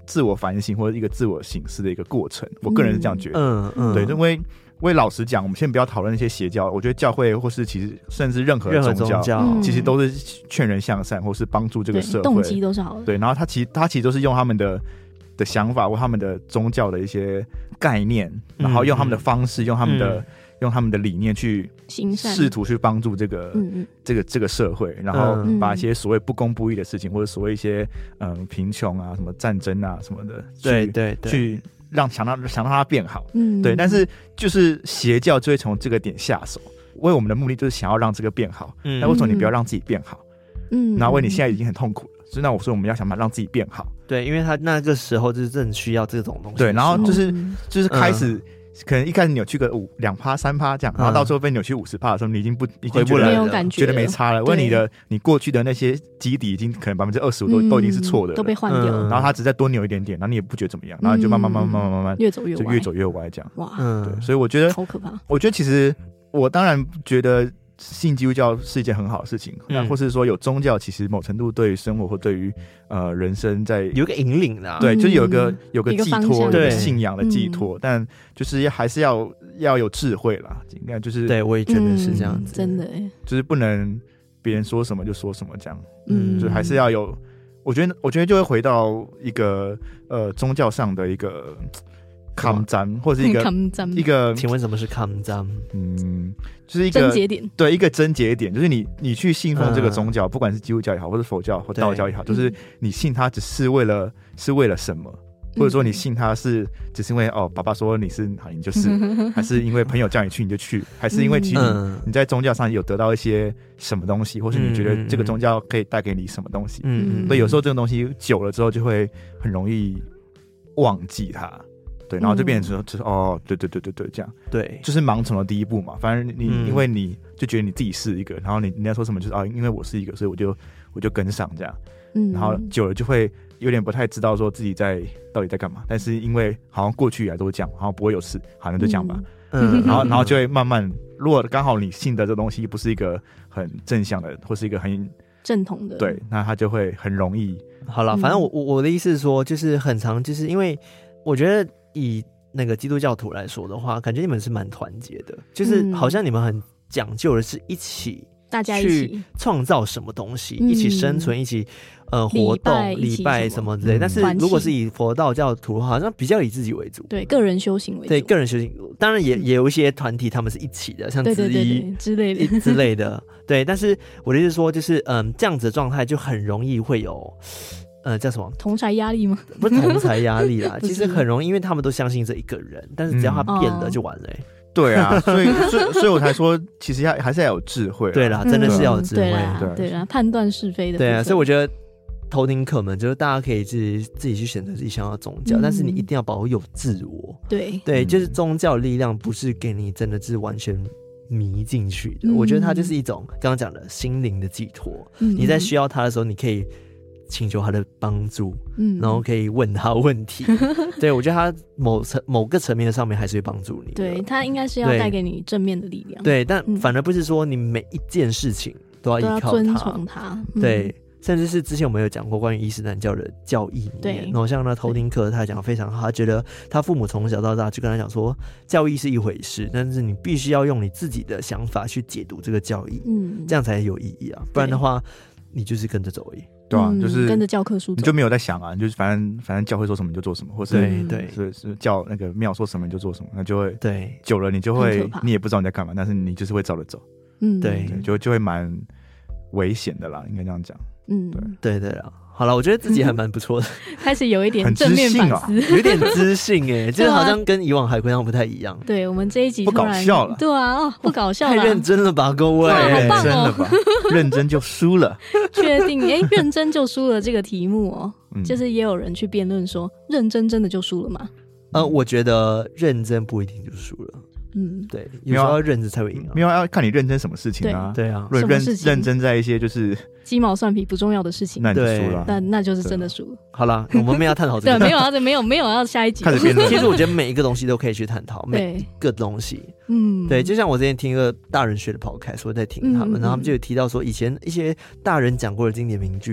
[SPEAKER 4] 自我反省或者一个自我省思的一个过程，我个人是这样觉得。
[SPEAKER 2] 嗯嗯，
[SPEAKER 4] 对，因为因为老实讲，我们先不要讨论那些邪教，我觉得教会或是其实甚至任何宗 教, 宗教其实都是劝人向善，或是帮助这个社会，
[SPEAKER 3] 动机都是好的。
[SPEAKER 4] 对，然后他其实他其实都是用他们的的想法或他们的宗教的一些概念，然后用他们的方式，嗯、用他们的、嗯、用他们的理念去试图去帮助这个嗯这个这个社会，然后把一些所谓不公不义的事情，或者所谓一些嗯贫穷啊、什么战争啊什么的，
[SPEAKER 2] 对对对，
[SPEAKER 4] 去让想让想让它变好。嗯，对。但是就是邪教就会从这个点下手，为我们的目的就是想要让这个变好。嗯，那为什么你不要让自己变好？嗯，然后为你现在已经很痛苦了，所以那我说我们要想办法让自己变好。
[SPEAKER 2] 对，因为他那个时候就是正需要这种东西。
[SPEAKER 4] 对，然后就是就是开始。嗯，可能一开始扭曲个五两趴三趴这样，然后到最后被扭曲五十趴的时候，你已经不已经
[SPEAKER 2] 回不来了，
[SPEAKER 4] 觉得没差了。因为你的你过去的那些基底已经可能百分之二十五都、嗯、都已经是错的了，
[SPEAKER 3] 都被换掉了。
[SPEAKER 4] 然后他只再多扭一点点，然后你也不觉得怎么样，然后就慢慢慢慢慢慢慢慢
[SPEAKER 3] 越走越歪，
[SPEAKER 4] 就越走越歪这样。
[SPEAKER 3] 哇，
[SPEAKER 4] 对，所以我觉得
[SPEAKER 3] 好可怕。
[SPEAKER 4] 我觉得其实我当然觉得信基督教是一件很好的事情，那、嗯、或是说有宗教，其实某程度对于生活或对于呃人生在
[SPEAKER 2] 有一个引领啦，
[SPEAKER 4] 对，就是有一个有个寄托，有
[SPEAKER 3] 个
[SPEAKER 4] 信仰的寄托，但就是还是要要有智慧啦，应该就是
[SPEAKER 2] 对，我也觉得是这样子，
[SPEAKER 3] 嗯、真的，
[SPEAKER 4] 就是不能别人说什么就说什么这样，嗯，就还是要有，我觉得我觉得就会回到一个呃宗教上的一个。抗战或是一个一个，
[SPEAKER 2] 请问什么是抗战？
[SPEAKER 4] 嗯，就是一个
[SPEAKER 3] 症结点，
[SPEAKER 4] 对，一个症结点，就是你你去信奉这个宗教，嗯、不管是基督教也好，或是佛教或道教也好，就是你信它只是为了是为了什么，或者说你信它是只是因为哦爸爸说你是好你就是，还是因为朋友叫你去你就去，还是因为其实 你,、嗯、你在宗教上有得到一些什么东西，或是你觉得这个宗教可以带给你什么东西？嗯，所以有时候这个东西久了之后就会很容易忘记它。对，然后就变成说，就是哦，对对对对对，这样，
[SPEAKER 2] 对，
[SPEAKER 4] 就是盲从的第一步嘛。反正你、嗯、因为你就觉得你自己是一个，然后你人家说什么就是啊，因为我是一个，所以我就我就跟上这样。嗯，然后久了就会有点不太知道说自己在到底在干嘛。但是因为好像过去以来都是这样，好像不会有事，好像就这样吧。嗯，然后然后就会慢慢，如果刚好你信的这东西不是一个很正向的，或是一个很
[SPEAKER 3] 正统的，
[SPEAKER 4] 对，那他就会很容易。
[SPEAKER 2] 好了，反正我我我的意思是说，就是很常，就是因为我觉得。以那个基督教徒来说的话，感觉你们是蛮团结的，就是好像你们很讲究的是一起，
[SPEAKER 3] 大家一起
[SPEAKER 2] 去创造什么东西，嗯、一起生存，一起呃活动、礼拜什么之类。但是如果是以佛道教徒，好像比较以自己为主，
[SPEAKER 3] 对个人修行为主，
[SPEAKER 2] 对个人修行。当然也、嗯、也有一些团体他们是一起的，像子医
[SPEAKER 3] 之类的
[SPEAKER 2] 之类的。对，但是我的意思是说，就是嗯，这样子的状态就很容易会有。呃，叫什么？
[SPEAKER 3] 同侪压力吗？
[SPEAKER 2] 不是同侪压力啦，其实很容易，因为他们都相信这一个人，但是只要他变了就完了、欸嗯。
[SPEAKER 4] 对啊，所以所以所以我才说，其实要还是要有智慧。
[SPEAKER 2] 对啦，真的是要有智慧。
[SPEAKER 3] 嗯、对啦，对啦，判断是非的。
[SPEAKER 2] 对啊，所以我觉得偷听客们就是大家可以自己自己去选择自己想要的宗教、嗯，但是你一定要保有自我。
[SPEAKER 3] 对
[SPEAKER 2] 对，就是宗教力量不是给你真的是完全。迷进去的、嗯，我觉得它就是一种刚刚讲的心灵的寄托、嗯。你在需要它的时候，你可以请求他的帮助，嗯，然后可以问他问题。对，我觉得他某层某个层面的上面还是会帮助你。
[SPEAKER 3] 对，他应该是要带给你正面的力量。
[SPEAKER 2] 对，但反而不是说你每一件事情都要依靠他，
[SPEAKER 3] 都要遵从他。嗯、
[SPEAKER 2] 对。甚至是之前我们有讲过关于伊斯兰教的教义里面，然后像那偷听课他讲得非常好，他觉得他父母从小到大就跟他讲说，教义是一回事，但是你必须要用你自己的想法去解读这个教义，嗯，这样才有意义啊，不然的话你就是跟着走而已。
[SPEAKER 4] 对啊，就是、
[SPEAKER 3] 嗯、跟着教科书走，
[SPEAKER 4] 你就没有在想啊，你就是反正反正教会说什么你就做什么，或是
[SPEAKER 2] 对对
[SPEAKER 4] 是是教那个庙说什么你就做什么，那就会
[SPEAKER 2] 对
[SPEAKER 4] 久了你就会你也不知道你在干嘛，但是你就是会照着走，
[SPEAKER 2] 嗯，对，
[SPEAKER 4] 对就就会蛮危险的啦，应该这样讲。
[SPEAKER 3] 嗯，
[SPEAKER 2] 对对了，好了，我觉得自己还蛮不错的，
[SPEAKER 3] 开始有一点正面反思，
[SPEAKER 2] 有点知性哎、欸，就是好像跟以往海龟汤不太一样。
[SPEAKER 3] 对，我们这一集
[SPEAKER 4] 不搞笑了，
[SPEAKER 3] 对啊，哦、不搞笑了，
[SPEAKER 2] 太认真了吧，各位，
[SPEAKER 3] 太
[SPEAKER 4] 认真了吧，认真就输了。
[SPEAKER 3] 确定哎、欸，认真就输了这个题目哦、嗯，就是也有人去辩论说，认真真的就输了吗？
[SPEAKER 2] 呃，我觉得认真不一定就输了。嗯，对，有时候要认真才会赢啊。
[SPEAKER 4] 没有要看你认真什么事情啊。
[SPEAKER 2] 对啊，
[SPEAKER 4] 认认认真在一些就是
[SPEAKER 3] 鸡毛蒜皮不重要的事情，
[SPEAKER 4] 那你就输了。
[SPEAKER 3] 那那就是真的输了。
[SPEAKER 2] 好了，我们没有要探讨这个，
[SPEAKER 3] 对，没有要没有没有要下一集
[SPEAKER 4] 开始辩论。
[SPEAKER 2] 其实我觉得每一个东西都可以去探讨，每一个东西。嗯，对，就像我之前听一个大人学的 podcast，我在听他们，嗯、然后他们就有提到说，以前一些大人讲过的经典名句。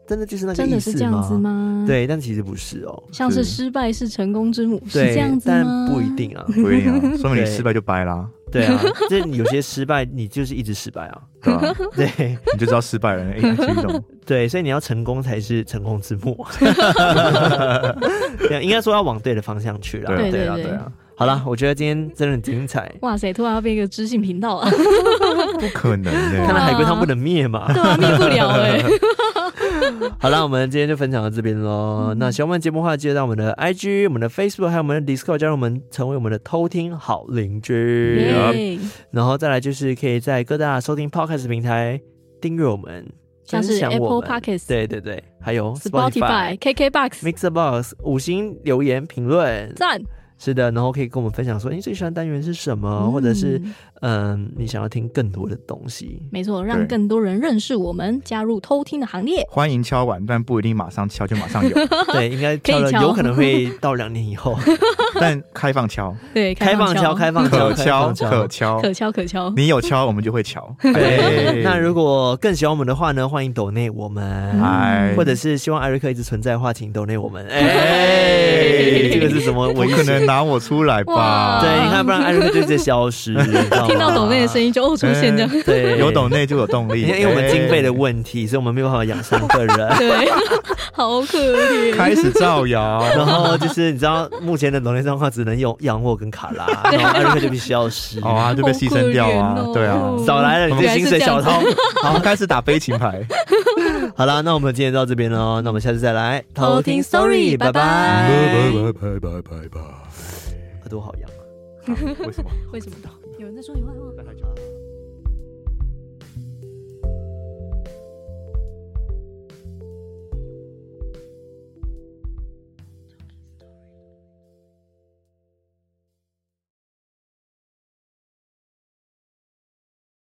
[SPEAKER 2] 真的就是那个意思吗？
[SPEAKER 3] 真的是这样子吗？
[SPEAKER 2] 对，但其实不是哦。
[SPEAKER 3] 像是失败是成功之母，是
[SPEAKER 2] 对
[SPEAKER 3] 这样子吗？
[SPEAKER 2] 但不一定啊，
[SPEAKER 4] 不一定啊，说明你失败就掰啦。
[SPEAKER 2] 对啊，这有些失败你就是一直失败啊，
[SPEAKER 4] 对吧、啊？
[SPEAKER 2] 对，
[SPEAKER 4] 你就知道失败了，哎、欸，其实种
[SPEAKER 2] 对，所以你要成功才是成功之母。应该说要往对的方向去啦。
[SPEAKER 3] 对
[SPEAKER 2] 对啊，对啊。好了，我觉得今天真的很精彩。
[SPEAKER 3] 哇塞，突然要变一个知性频道啊！
[SPEAKER 4] 不可能的、欸，
[SPEAKER 2] 看来海龟汤不能灭嘛。
[SPEAKER 3] 对啊，灭不了哎、欸。
[SPEAKER 2] 好了，我们今天就分享到这边喽。嗯、那喜欢我们节目的话，记得到我们的 I G、我们的 Facebook 还有我们的 Discord 加入我们，成为我们的偷听好邻居。
[SPEAKER 3] Yeah.
[SPEAKER 2] 然后再来就是可以在各大收听 Podcast 平台订阅我们。
[SPEAKER 3] 像是 Apple Podcast，
[SPEAKER 2] 对对对，还有
[SPEAKER 3] Spotify、K K Box、Mixer
[SPEAKER 2] Box 五星留言评论，
[SPEAKER 3] 赞。
[SPEAKER 2] 是的，然后可以跟我们分享说你最喜欢单元是什么，嗯、或者是嗯你想要听更多的东西。
[SPEAKER 3] 没错，让更多人认识我们，加入偷听的行列。
[SPEAKER 4] 欢迎敲碗，但不一定马上敲就马上有。
[SPEAKER 2] 对，应该敲了，有可能会到两年以后，
[SPEAKER 4] 但开放敲。
[SPEAKER 3] 对，
[SPEAKER 2] 开放敲，开放敲，
[SPEAKER 4] 可敲，可敲，
[SPEAKER 3] 可敲，可敲。
[SPEAKER 4] 你有敲，我们就会敲。
[SPEAKER 2] 对，那如果更喜欢我们的话呢，欢迎抖内我们，
[SPEAKER 4] 嗯、
[SPEAKER 2] 或者是希望艾瑞克一直存在的话，请抖内我们。哎，这个是什么？
[SPEAKER 4] 我可能拿我出来吧。
[SPEAKER 2] 对，你看，不然艾瑞克就直接消失。
[SPEAKER 3] 听到抖内的声音就哦出现这样。
[SPEAKER 2] 对，
[SPEAKER 4] 有抖内就有动力。
[SPEAKER 2] 因为我们经费的问题，所以我们没有办法养三个人。
[SPEAKER 3] 对，好可怜。
[SPEAKER 4] 开始造谣，
[SPEAKER 2] 然后就是你知道，目前的抖内状况只能用养我跟卡拉，然后艾瑞克就被消失。
[SPEAKER 4] 哦啊，就被牺牲掉啊。
[SPEAKER 3] 哦、
[SPEAKER 4] 对啊，
[SPEAKER 2] 少来了，你这薪水小偷。
[SPEAKER 4] 好，开始打悲情牌。
[SPEAKER 2] 好啦，那我们今天到这边喽，那我们下次再来偷听 story， 拜拜，
[SPEAKER 4] 拜拜拜拜拜拜。
[SPEAKER 2] 耳朵好痒
[SPEAKER 4] 啊？为什么？
[SPEAKER 3] 为什么？有人在说你坏话。